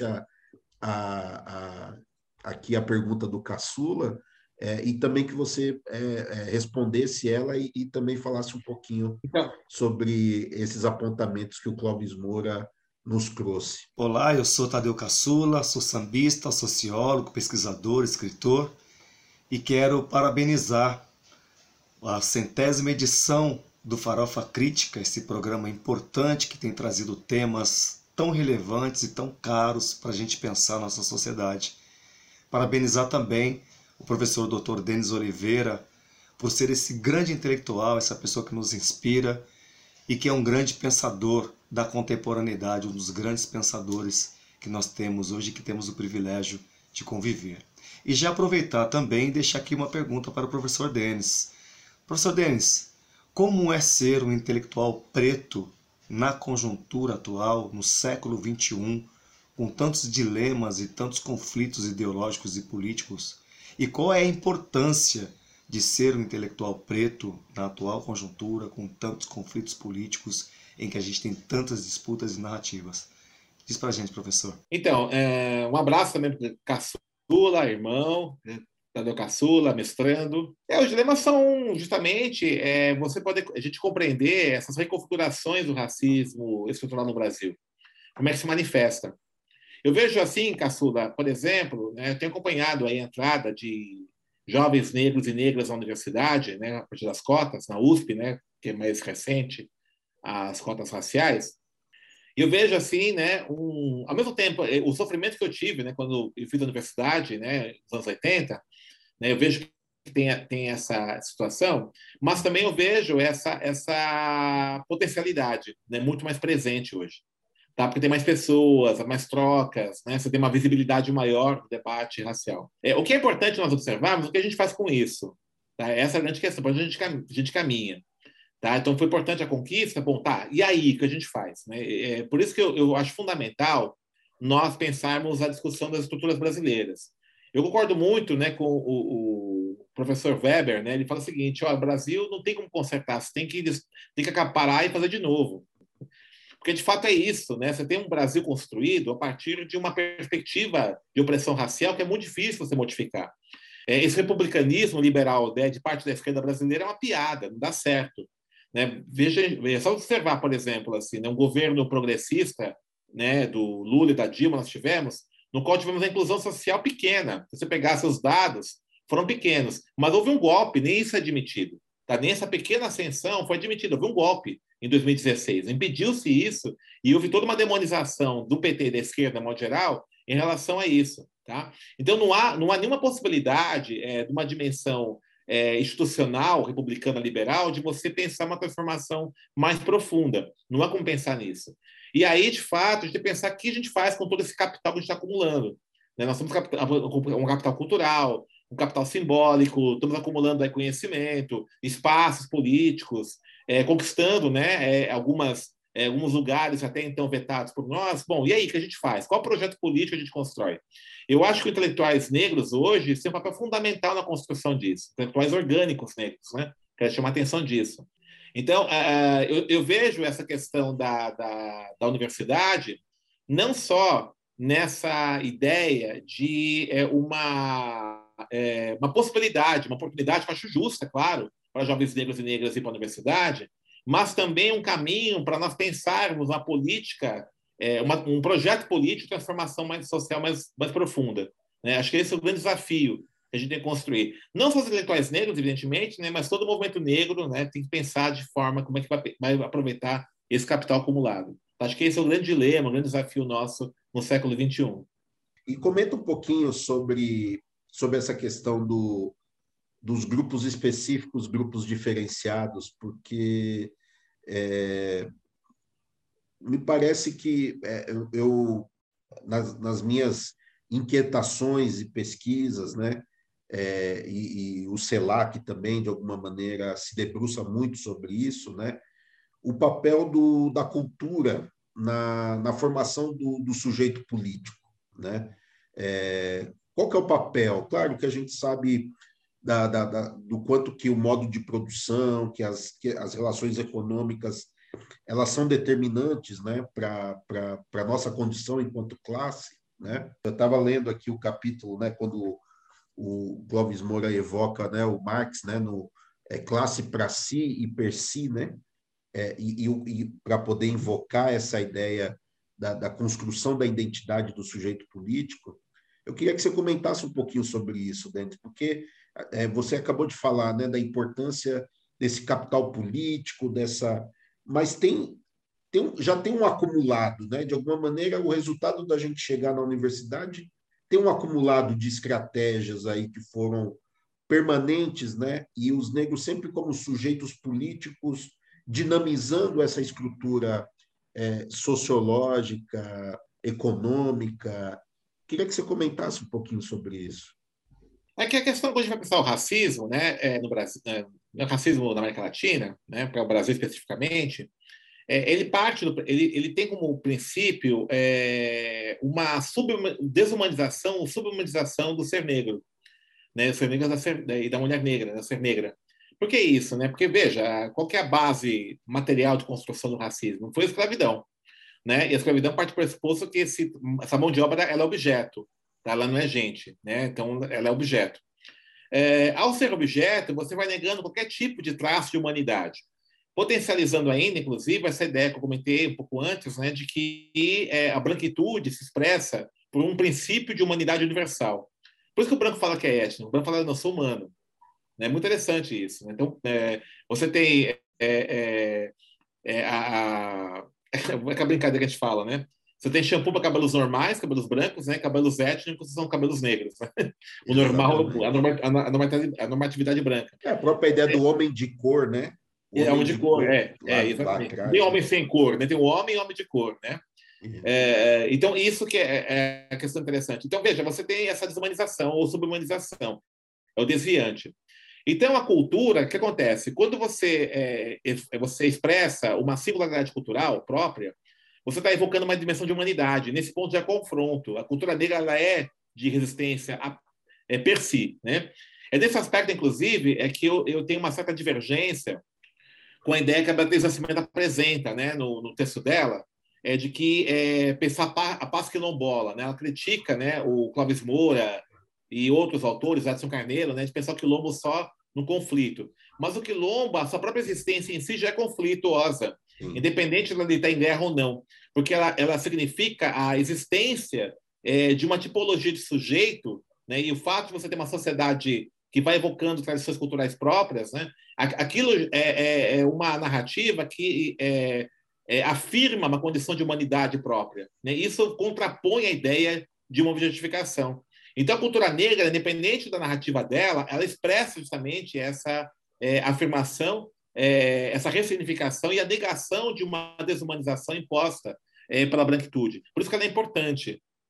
aqui a pergunta do Caçula, e também que você respondesse ela e também falasse um pouquinho sobre esses apontamentos que o Clóvis Moura nos trouxe.
Olá, eu sou Tadeu Caçula, sou sambista, sociólogo, pesquisador, escritor e quero parabenizar a 100ª edição do Farofa Crítica, esse programa importante que tem trazido temas tão relevantes e tão caros para a gente pensar a nossa sociedade. Parabenizar também o professor Dr. Denis Oliveira por ser esse grande intelectual, essa pessoa que nos inspira e que é um grande pensador da contemporaneidade, um dos grandes pensadores que nós temos hoje, que temos o privilégio de conviver. E já aproveitar também e deixar aqui uma pergunta para o professor Denis. Professor Denis, como é ser um intelectual preto na conjuntura atual, no século XXI, com tantos dilemas e tantos conflitos ideológicos e políticos? E qual é a importância de ser um intelectual preto na atual conjuntura, com tantos conflitos políticos, em que a gente tem tantas disputas e narrativas? Diz pra gente, professor.
Então, um abraço também para o Caçula, irmão, Tadeu Caçula, mestrando. Os dilemas são justamente você poder a gente compreender essas reconfigurações do racismo estrutural no Brasil. Como é que se manifesta? Eu vejo assim, Caçula, por exemplo, né, eu tenho acompanhado aí a entrada de jovens negros e negras na universidade, né, a partir das cotas, na USP, né, que é mais recente, as cotas raciais. E eu vejo assim, né, ao mesmo tempo, o sofrimento que eu tive, né, quando eu fiz a universidade, né, nos anos 80, né, eu vejo que tem essa situação, mas também eu vejo essa potencialidade, né, muito mais presente hoje. Tá? Porque tem mais pessoas, mais trocas, né? Você tem uma visibilidade maior no debate racial. O que é importante nós observarmos, o que a gente faz com isso. Tá? Essa é a grande questão, para onde a gente caminha. Tá? Então, foi importante a conquista, bom, tá, e aí, o que a gente faz? Né? Por isso que eu acho fundamental nós pensarmos a discussão das estruturas brasileiras. Eu concordo muito, né, com o professor Weber, né? Ele fala o seguinte, o Brasil não tem como consertar, você tem que parar e fazer de novo. Porque, de fato, é isso, né? Você tem um Brasil construído a partir de uma perspectiva de opressão racial que é muito difícil você modificar. Esse republicanismo liberal, né, de parte da esquerda brasileira é uma piada, não dá certo. Né? Veja, é só observar, por exemplo, assim, né, um governo progressista, né, do Lula e da Dilma nós tivemos, no qual tivemos a inclusão social pequena. Se você pegasse os dados, foram pequenos. Mas houve um golpe, nem isso é admitido. Tá? Nem essa pequena ascensão foi admitida. Houve um golpe em 2016. Impediu-se isso e houve toda uma demonização do PT e da esquerda, de modo geral, em relação a isso. Tá? Então, não há nenhuma possibilidade de uma dimensão institucional, republicana, liberal, de você pensar uma transformação mais profunda. Não há como pensar nisso. E aí, de fato, a gente tem que pensar o que a gente faz com todo esse capital que a gente está acumulando. Né? Nós temos um capital cultural, um capital simbólico, estamos acumulando aí conhecimento, espaços políticos, conquistando, né, alguns lugares até então vetados por nós. Bom, e aí, o que a gente faz? Qual projeto político a gente constrói? Eu acho que intelectuais negros hoje têm um papel fundamental na construção disso, intelectuais orgânicos negros, né? Quero chamar a atenção disso. Então, eu vejo essa questão da universidade não só nessa ideia de uma possibilidade, uma oportunidade que eu acho justa, claro, para jovens negros e negras ir para a universidade, mas também um caminho para nós pensarmos uma política, um projeto político de transformação mais social, mais profunda. Né? Acho que esse é o grande desafio que a gente tem que construir. Não só os intelectuais negros, evidentemente, né, mas todo o movimento negro, né, tem que pensar de forma como é que vai aproveitar esse capital acumulado. Acho que esse é o grande dilema, o grande desafio nosso no século XXI.
E comenta um pouquinho sobre essa questão dos grupos específicos, grupos diferenciados, porque me parece que eu nas minhas inquietações e pesquisas, né, e o CELAC também, de alguma maneira, se debruça muito sobre isso, né, o papel da cultura na formação do sujeito político, né? Qual que é o papel? Claro que a gente sabe do quanto que o modo de produção, que as relações econômicas, elas são determinantes, né, para a nossa condição enquanto classe, né? Eu estava lendo aqui o capítulo, né, quando o Clóvis Moura evoca, né, o Marx, né, no classe para si e per si, né? E para poder invocar essa ideia da construção da identidade do sujeito político, eu queria que você comentasse um pouquinho sobre isso, Dente, porque você acabou de falar, né, da importância desse capital político, mas já tem um acumulado, né? De alguma maneira, o resultado da gente chegar na universidade tem um acumulado de estratégias aí que foram permanentes, né? E os negros sempre como sujeitos políticos dinamizando essa estrutura sociológica, econômica. Queria que você comentasse um pouquinho sobre isso.
É que a questão, quando a gente vai pensar o racismo, né, no Brasil, o racismo na América Latina, né, para o Brasil especificamente, ele tem como princípio uma desumanização, subhumanização do ser negro, né, do ser negro e da mulher negra, da ser negra. Por que isso? Né? Porque, veja, qual que é a base material de construção do racismo? Foi a escravidão. Né? E a escravidão parte do pressuposto que essa mão de obra ela é objeto, tá? Ela não é gente. Né? Então, ela é objeto. Ao ser objeto, você vai negando qualquer tipo de traço de humanidade. Potencializando ainda, inclusive, essa ideia que eu comentei um pouco antes, né, de que a branquitude se expressa por um princípio de humanidade universal. Por isso que o branco fala que é étnico. O branco fala que eu não sou humano. É muito interessante isso. Né? Então, você tem a brincadeira que a gente fala, né? Você tem shampoo para cabelos normais, cabelos brancos, né? Cabelos étnicos são cabelos negros. Né? O normal, a normatividade branca.
A própria ideia do homem de cor, né?
Homem de cor, exatamente. Tem homem sem cor, né? Tem o homem e homem de cor, né? Então, isso que é a questão interessante. Então, veja, você tem essa desumanização ou subhumanização. É o desviante. Então, a cultura, o que acontece? Quando você expressa uma singularidade cultural própria, você está evocando uma dimensão de humanidade. Nesse ponto já confronto. A cultura negra ela é de resistência per si. Né? Nesse aspecto, inclusive, que eu tenho uma certa divergência com a ideia que a Beatriz Nascimento apresenta, né, no texto dela, de que pensar a paz quilombola. Né? Ela critica, né, o Clóvis Moura e outros autores, Edson Carneiro, né, de pensar o quilombo só no conflito. Mas o quilombo, a sua própria existência em si já é conflituosa, independente de estar em guerra ou não, porque ela significa a existência de uma tipologia de sujeito, né, e o fato de você ter uma sociedade que vai evocando tradições culturais próprias, né, aquilo é uma narrativa que afirma uma condição de humanidade própria. Né? Isso contrapõe a ideia de uma objetificação. Então, a cultura negra, independente da narrativa dela, ela expressa justamente essa afirmação, essa ressignificação e a negação de uma desumanização imposta pela branquitude. Por isso que ela é importante.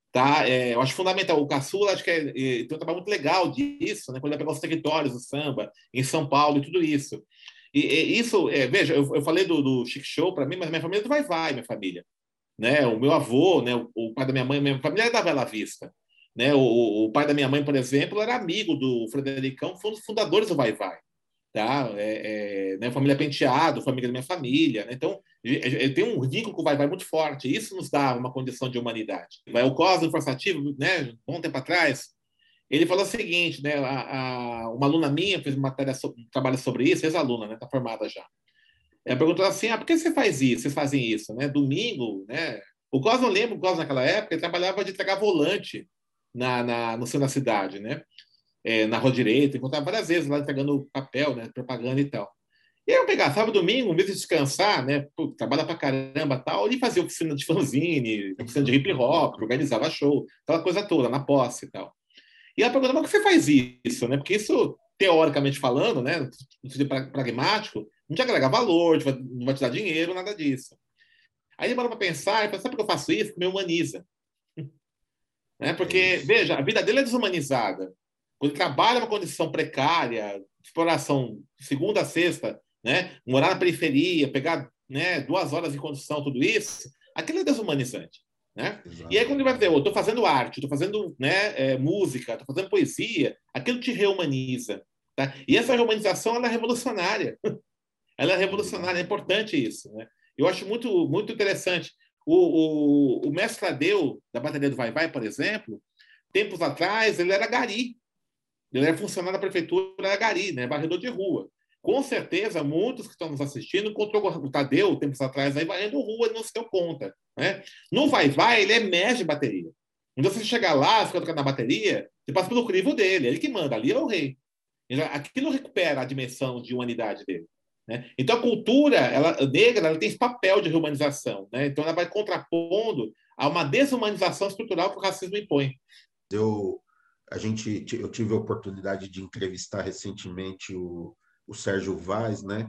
Tá? Eu acho fundamental. O Caçula, acho que tem um trabalho muito legal disso, né? Quando ele pegou os territórios do samba, em São Paulo e tudo isso. E isso, veja, eu falei do Chic Show para mim, mas minha família é do Vai-Vai, minha família. Né? O meu avô, né? O pai da minha mãe, minha família é da Bela Vista. Né? O pai da minha mãe, por exemplo, era amigo do Fredericão, foi um dos fundadores do Vai-Vai. Tá? Né? Família Penteado, família da minha família. Né? Então, eu tenho um vínculo com o Vai-Vai muito forte. Isso nos dá uma condição de humanidade. O Cosmo Forsativo, né? Um bom tempo atrás, ele falou o seguinte, né? Uma aluna minha fez uma matéria um trabalho sobre isso, ex-aluna, né? Está formada já. Ela perguntou assim, por que você faz isso? Vocês fazem isso, né? Domingo, né? O Cosmo, eu lembro, o Cosmo naquela época, ele trabalhava de entregar volante no centro da cidade, né? Na Rua Direita, encontrava várias vezes lá entregando papel, né? Propaganda e tal. E aí eu pegava sábado, domingo, em vez de descansar, né? Pô, trabalha pra caramba e tal, ele fazia oficina de fanzine, oficina de hip hop, organizava show, aquela coisa toda, na posse e tal. E ela perguntava, por que você faz isso, né? Porque isso, teoricamente falando, né? No sentido pragmático, não te agrega valor, não vai te dar dinheiro, nada disso. Aí ele parou para pensar e falou, sabe por que eu faço isso? Porque me humaniza. Né? Porque, veja, a vida dele é desumanizada. Quando ele trabalha numa condição precária, exploração segunda a sexta, né? Morar na periferia, pegar, né, 2 horas de condução, tudo isso, aquilo é desumanizante. Né? E aí quando ele vai dizer, eu estou fazendo arte, estou fazendo, né, música, estou fazendo poesia, aquilo te reumaniza. Tá? E essa reumanização ela é revolucionária. Ela é revolucionária, é importante isso. Né? Eu acho muito, muito interessante. O mestre Tadeu, da bateria do Vai-Vai, por exemplo, tempos atrás, ele era gari. Ele era funcionário da prefeitura, era gari, né? Varredor de rua. Com certeza, muitos que estão nos assistindo encontrou o Tadeu, tempos atrás, aí varrendo rua e não se deu conta. Né? No Vai-Vai, ele é mestre de bateria. Então, se você chegar lá, fica tocando na bateria, você passa pelo crivo dele, ele que manda, ali é o rei. Aquilo recupera a dimensão de humanidade dele. Né? Então, a cultura negra ela tem esse papel de reumanização. Né? Então, ela vai contrapondo a uma desumanização estrutural que o racismo impõe.
Eu tive a oportunidade de entrevistar recentemente o Sérgio Vaz, né?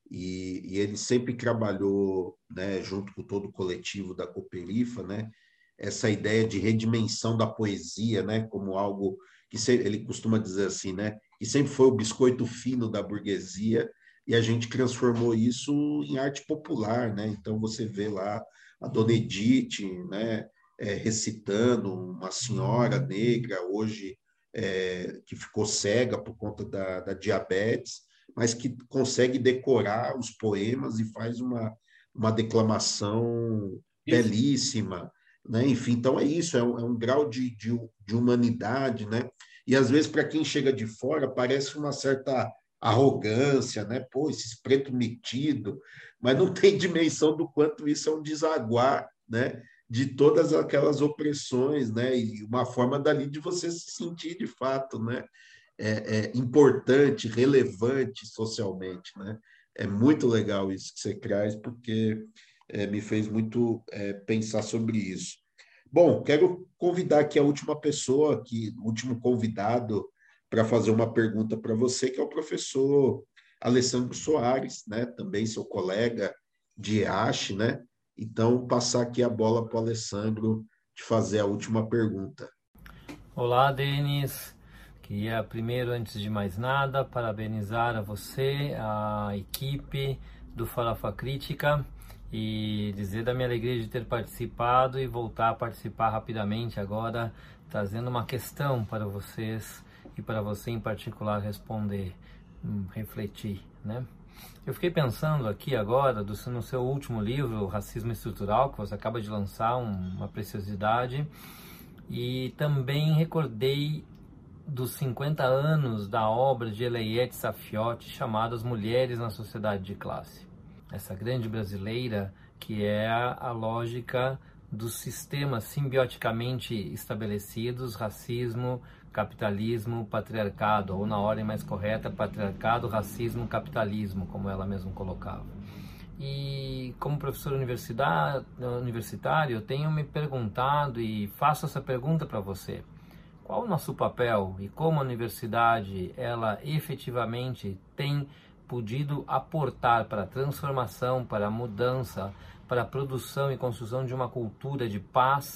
E ele sempre trabalhou, né, junto com todo o coletivo da Cooperifa, né, essa ideia de redimensão da poesia, né, como algo que ele costuma dizer assim, né, que sempre foi o biscoito fino da burguesia e a gente transformou isso em arte popular, né? Então você vê lá a Dona Edith, né, recitando uma senhora negra hoje que ficou cega por conta da diabetes, mas que consegue decorar os poemas e faz uma declamação belíssima, né? Enfim, então é isso, é um grau de humanidade, né? E às vezes para quem chega de fora parece uma certa arrogância, né? Pô, esses preto metido, mas não tem dimensão do quanto isso é um desaguar, né? De todas aquelas opressões, né? E uma forma dali de você se sentir de fato, né? Importante, relevante socialmente, né? É muito legal isso que você traz, porque me fez muito pensar sobre isso. Bom, quero convidar aqui a última pessoa, o último convidado para fazer uma pergunta para você, que é o professor Alessandro Soares, né? Também seu colega de EASH, né? Então, passar aqui a bola para o Alessandro de fazer a última pergunta.
Olá, Denis. Queria primeiro, antes de mais nada, parabenizar a você, a equipe do Farofa Crítica e dizer da minha alegria de ter participado e voltar a participar rapidamente agora, trazendo uma questão para vocês e para você em particular responder, refletir, né? Eu fiquei pensando aqui agora, no seu último livro, Racismo Estrutural, que você acaba de lançar, uma preciosidade, e também recordei dos 50 anos da obra de Eleiette Saffioti, chamada As Mulheres na Sociedade de Classe. Essa grande brasileira que é a lógica dos sistemas simbioticamente estabelecidos, racismo, capitalismo, patriarcado, ou na ordem mais correta, patriarcado, racismo, capitalismo, como ela mesma colocava. E como professor universitário, eu tenho me perguntado e faço essa pergunta para você. Qual o nosso papel e como a universidade, ela efetivamente tem podido aportar para a transformação, para a mudança, para a produção e construção de uma cultura de paz,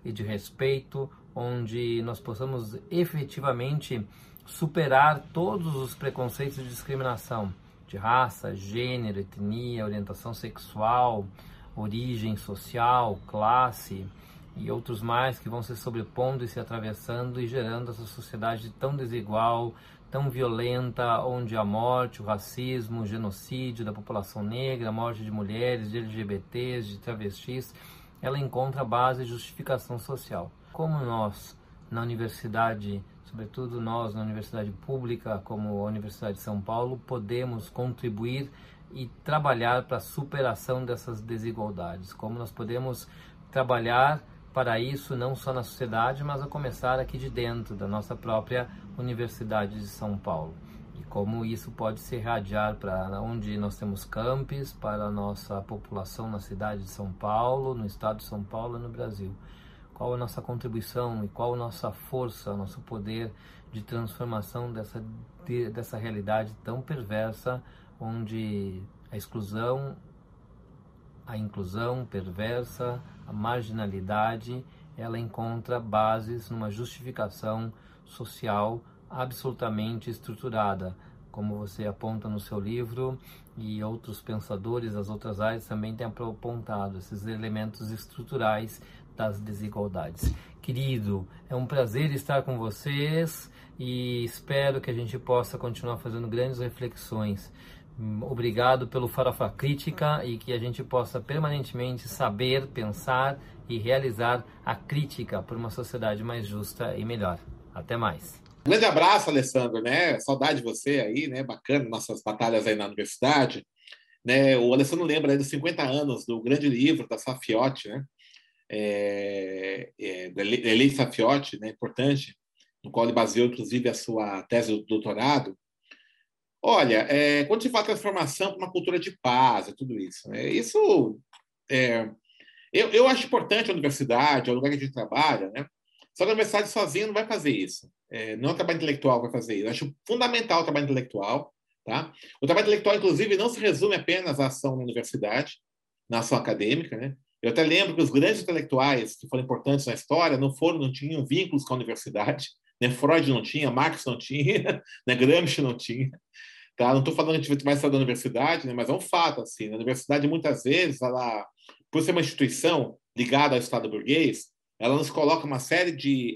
e de respeito, onde nós possamos efetivamente superar todos os preconceitos de discriminação de raça, gênero, etnia, orientação sexual, origem social, classe e outros mais que vão se sobrepondo e se atravessando e gerando essa sociedade tão desigual, tão violenta, onde a morte, o racismo, o genocídio da população negra, a morte de mulheres, de LGBTs, de travestis, ela encontra base e justificação social. Como nós, na universidade, sobretudo nós na universidade pública, como a Universidade de São Paulo, podemos contribuir e trabalhar para a superação dessas desigualdades? Como nós podemos trabalhar para isso não só na sociedade, mas a começar aqui de dentro da nossa própria Universidade de São Paulo? E como isso pode se irradiar para onde nós temos campus, para a nossa população na cidade de São Paulo, no estado de São Paulo e no Brasil? Qual a nossa contribuição e qual a nossa força, nosso poder de transformação dessa realidade tão perversa, onde a exclusão, a inclusão perversa, a marginalidade, ela encontra bases numa justificação social absolutamente estruturada, como você aponta no seu livro, e outros pensadores das outras áreas também têm apontado esses elementos estruturais das desigualdades. Querido, é um prazer estar com vocês e espero que a gente possa continuar fazendo grandes reflexões. Obrigado pelo Farofa Crítica e que a gente possa permanentemente saber, pensar e realizar a crítica por uma sociedade mais justa e melhor. Até mais.
Um grande abraço, Alessandro, né? Saudade de você aí, né? Bacana, nossas batalhas aí na universidade. Né? O Alessandro lembra aí dos 50 anos do grande livro da Safiotti, né? Da Lei Safiotti, né? Importante, no qual ele baseou, inclusive, a sua tese do doutorado. Olha, quando se fala transformação para uma cultura de paz e tudo isso, né? Eu acho importante a universidade, é o lugar que a gente trabalha, né? Só que a universidade sozinha não vai fazer isso. Não é o trabalho intelectual que vai fazer isso. Eu acho fundamental o trabalho intelectual. Tá? O trabalho intelectual, inclusive, não se resume apenas à ação na universidade, na ação acadêmica. Né? Eu até lembro que os grandes intelectuais que foram importantes na história não tinham vínculos com a universidade. Né? Freud não tinha, Marx não tinha, né? Gramsci não tinha. Tá? Não estou falando que a gente vai sair da universidade, né? Mas é um fato. Assim, a universidade, muitas vezes, ela, por ser uma instituição ligada ao Estado burguês, ela nos coloca uma série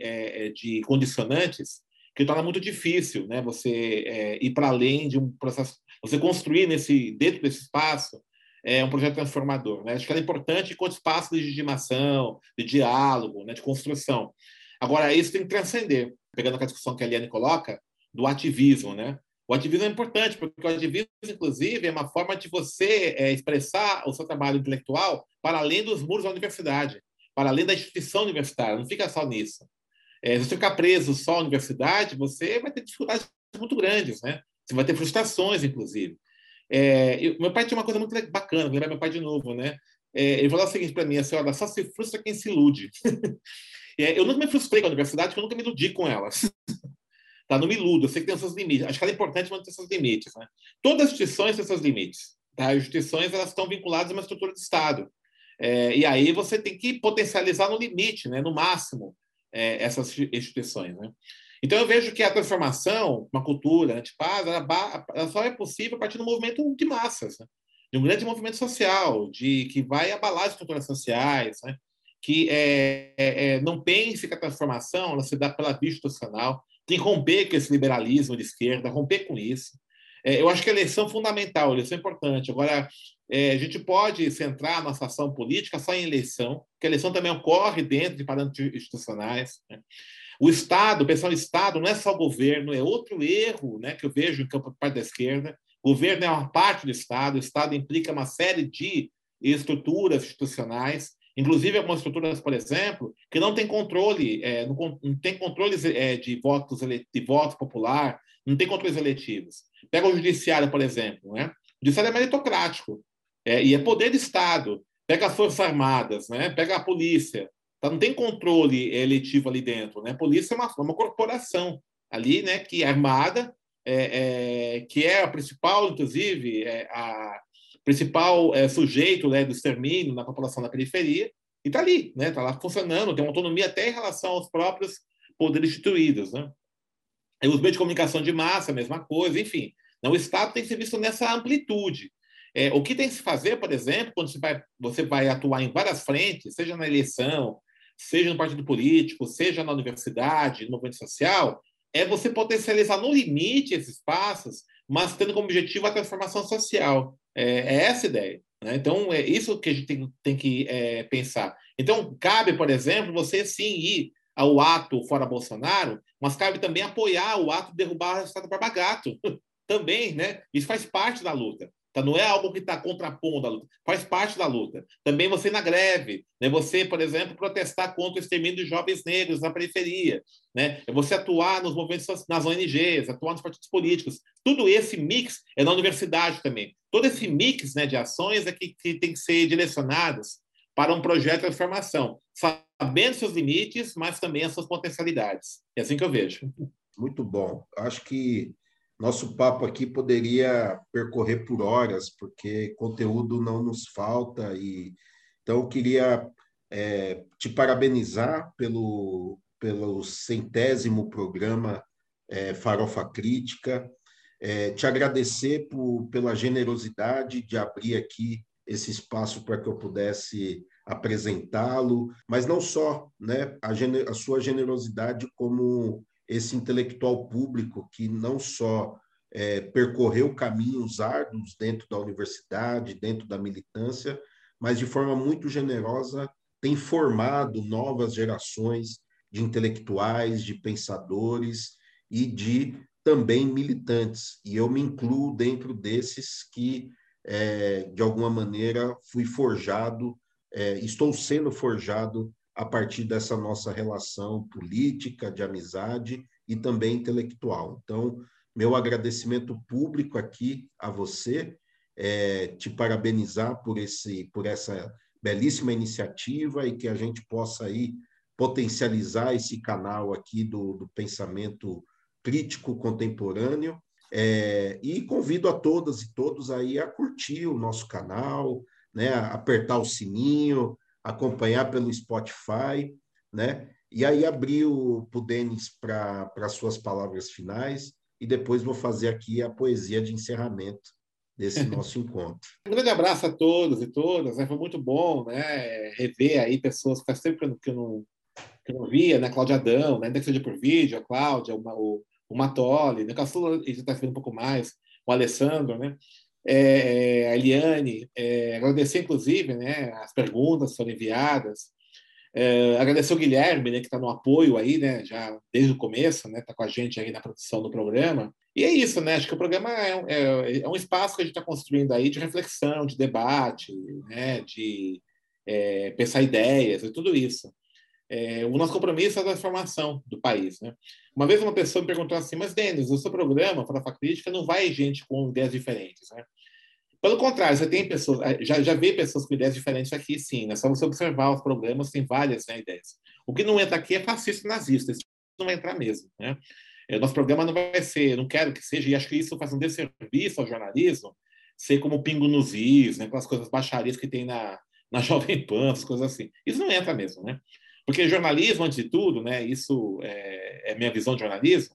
de condicionantes que torna muito difícil, né, você ir para além de um processo, você construir dentro desse espaço um projeto transformador. Né? Acho que é importante enquanto espaço de legitimação, de diálogo, né, de construção. Agora, isso tem que transcender, pegando a discussão que a Eliane coloca, do ativismo. Né? O ativismo é importante, porque o ativismo, inclusive, é uma forma de você expressar o seu trabalho intelectual para além dos muros da universidade, para além da instituição universitária, não fica só nisso. Se você ficar preso só à universidade, você vai ter dificuldades muito grandes, né? Você vai ter frustrações, inclusive. Meu pai tinha uma coisa muito bacana, vou lembrar meu pai de novo, né? Ele falou o seguinte para mim, assim, olha, só se frustra quem se ilude. Eu nunca me frustrei com a universidade, porque eu nunca me iludi com ela. Tá? Não me iludo, eu sei que tem os seus limites. Acho que é importante manter seus limites. Né? Todas as instituições têm seus limites. Tá? As instituições elas estão vinculadas a uma estrutura de Estado. E aí você tem que potencializar no limite, né, no máximo, essas instituições. Né? Então eu vejo que a transformação, uma cultura antipaz, ela só é possível a partir do movimento de massas, né? De um grande movimento social, que vai abalar as estruturas sociais, né? Que não pense que a transformação ela se dá pela via institucional, tem que romper com esse liberalismo de esquerda, romper com isso. Eu acho que a eleição é fundamental, a eleição é importante. Agora, a gente pode centrar a nossa ação política só em eleição, porque a eleição também ocorre dentro de parâmetros institucionais. Né? O Estado, pensar no Estado, não é só o governo, é outro erro, né, que eu vejo em campo de parte da esquerda. O governo é uma parte do Estado, o Estado implica uma série de estruturas institucionais, inclusive algumas estruturas, por exemplo, que não tem controle, não tem controles de voto popular, não tem controles eletivos. Pega o judiciário, por exemplo. Né? O judiciário é meritocrático, e é poder de Estado. Pega as Forças Armadas, né? Pega a polícia. Tá? Não tem controle eletivo ali dentro. Né? A polícia é uma corporação ali, né? Que é armada, que é a principal, inclusive, a principal sujeito, né, do extermínio na população da periferia, E está ali, né? Está lá funcionando, tem uma autonomia até em relação aos próprios poderes instituídos, né? E os meios de comunicação de massa, a mesma coisa, enfim. Então, o Estado tem que ser visto nessa amplitude. O que tem que se fazer, por exemplo, quando você vai atuar em várias frentes, seja na eleição, seja no partido político, seja na universidade, no movimento social, é você potencializar no limite esses espaços, mas tendo como objetivo a transformação social. É essa a ideia, né? Então, é isso que a gente tem que pensar. Então, cabe, por exemplo, você sim ir ao ato fora Bolsonaro, mas cabe também apoiar o ato de derrubar o Estado Barba Gato. Também, né? Isso faz parte da luta. Então, não é algo que está contrapondo a luta, faz parte da luta. Também você ir na greve, né? Você, por exemplo, protestar contra o extermínio de jovens negros na periferia, né? Você atuar nos movimentos, nas ONGs, atuar nos partidos políticos. Tudo esse mix é na universidade também. Todo esse mix, né, de ações é que tem que ser direcionados para um projeto de transformação, sabendo seus limites, mas também as suas potencialidades. É assim que eu vejo.
Muito bom. Acho que nosso papo aqui poderia percorrer por horas, porque conteúdo não nos falta. Então, eu queria te parabenizar pelo 100º programa Farofa Crítica, te agradecer pela generosidade de abrir aqui esse espaço para que eu pudesse apresentá-lo, mas não só, né, a sua generosidade como esse intelectual público que não só percorreu caminhos árduos dentro da universidade, dentro da militância, mas de forma muito generosa tem formado novas gerações de intelectuais, de pensadores e de também militantes. E eu me incluo dentro desses que, de alguma maneira, fui forjado, estou sendo forjado a partir dessa nossa relação política, de amizade e também intelectual. Então, meu agradecimento público aqui a você, te parabenizar por essa belíssima iniciativa e que a gente possa aí potencializar esse canal aqui do pensamento crítico contemporâneo, e convido a todas e todos aí a curtir o nosso canal, né, a apertar o sininho, acompanhar pelo Spotify, né? E aí abrir para o Denis para as suas palavras finais e depois vou fazer aqui a poesia de encerramento desse nosso encontro.
Um grande abraço a todos e todas, né? Foi muito bom, né, rever aí pessoas que faz tempo que eu não via, né? Cláudia Adão, né? Ainda que seja por vídeo, a Cláudia, o Matoli, né? Caçula, a gente está vendo um pouco mais, o Alessandro, né? A Eliane, agradecer, inclusive, né, as perguntas que foram enviadas, agradecer o Guilherme, né, que está no apoio aí, né, já desde o começo, né, está com a gente aí na produção do programa. E é isso, né, acho que o programa é um espaço que a gente está construindo aí de reflexão, de debate, né, de pensar ideias e tudo isso. O nosso compromisso é a transformação do país, né? Uma vez uma pessoa me perguntou assim, mas Denis, o seu programa, Farofa Crítica, não vai gente com ideias diferentes, né? Pelo contrário, você tem pessoas, já vê pessoas com ideias diferentes aqui, sim, né? Só você observar os programas, tem várias, né, ideias. O que não entra aqui é fascista e nazista, isso não vai entrar mesmo, né? Nosso programa não vai ser, não quero que seja, e acho que isso faz um desserviço ao jornalismo, ser como pingo nos is, né? Aquelas coisas baixarias que tem na Jovem Pan, as coisas assim. Isso não entra mesmo, né? Porque jornalismo, antes de tudo, né, isso é minha visão de jornalismo,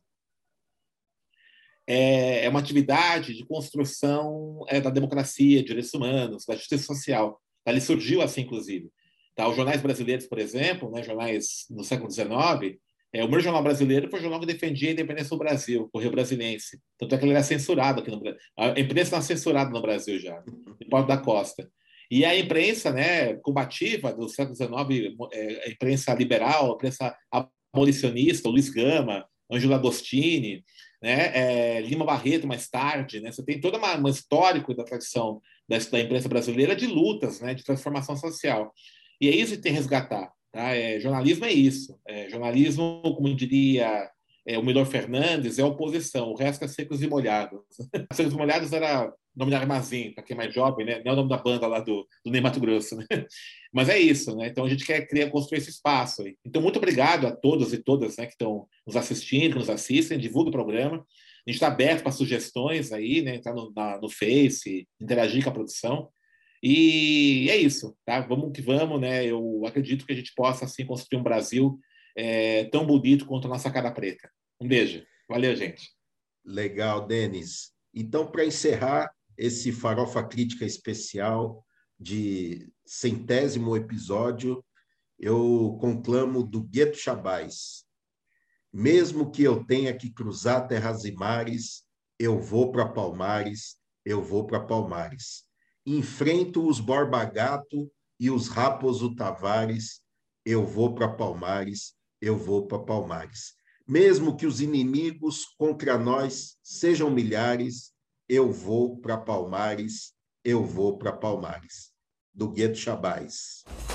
é uma atividade de construção da democracia, de direitos humanos, da justiça social. Ele surgiu assim, inclusive. Tá? Os jornais brasileiros, por exemplo, né, jornais do século XIX, o meu jornal brasileiro foi o jornal que defendia a independência do Brasil, o Correio Brasiliense. Tanto é que ele era censurado aqui no Brasil. A imprensa está censurada no Brasil já, em Porto da Costa. E a imprensa, né, combativa do século XIX, a imprensa liberal, a imprensa abolicionista, Luiz Gama, Ângelo Agostini, né, Lima Barreto mais tarde, né, você tem todo um histórico da tradição da imprensa brasileira de lutas, né, de transformação social. E é isso que tem que resgatar. Tá? Jornalismo é isso. Jornalismo, como diria o Milor Fernandes, é oposição, o resto é secos e molhados. Secos e molhados era o nome da Armazém, para quem é mais jovem, né? Não é o nome da banda lá do Ney Mato Grosso. Né? Mas é isso, né? Então a gente quer construir esse espaço aí. Então, muito obrigado a todos e todas, né, que estão nos assistindo, que nos assistem, divulga o programa. A gente está aberto para sugestões aí, né? Entrar no Face, interagir com a produção. E é isso, tá? Vamos que vamos, né? Eu acredito que a gente possa, assim, construir um Brasil tão bonito quanto a nossa cara preta. Um beijo. Valeu, gente.
Legal, Denis. Então, para encerrar esse Farofa Crítica especial de 100º episódio, eu conclamo do Gueto Chabais: mesmo que eu tenha que cruzar terras e mares, eu vou para Palmares, eu vou para Palmares. Enfrento os Borba Gato e os Raposo Tavares, eu vou para Palmares, eu vou para Palmares. Mesmo que os inimigos contra nós sejam milhares, eu vou para Palmares, eu vou para Palmares. Do Gueto Chabais.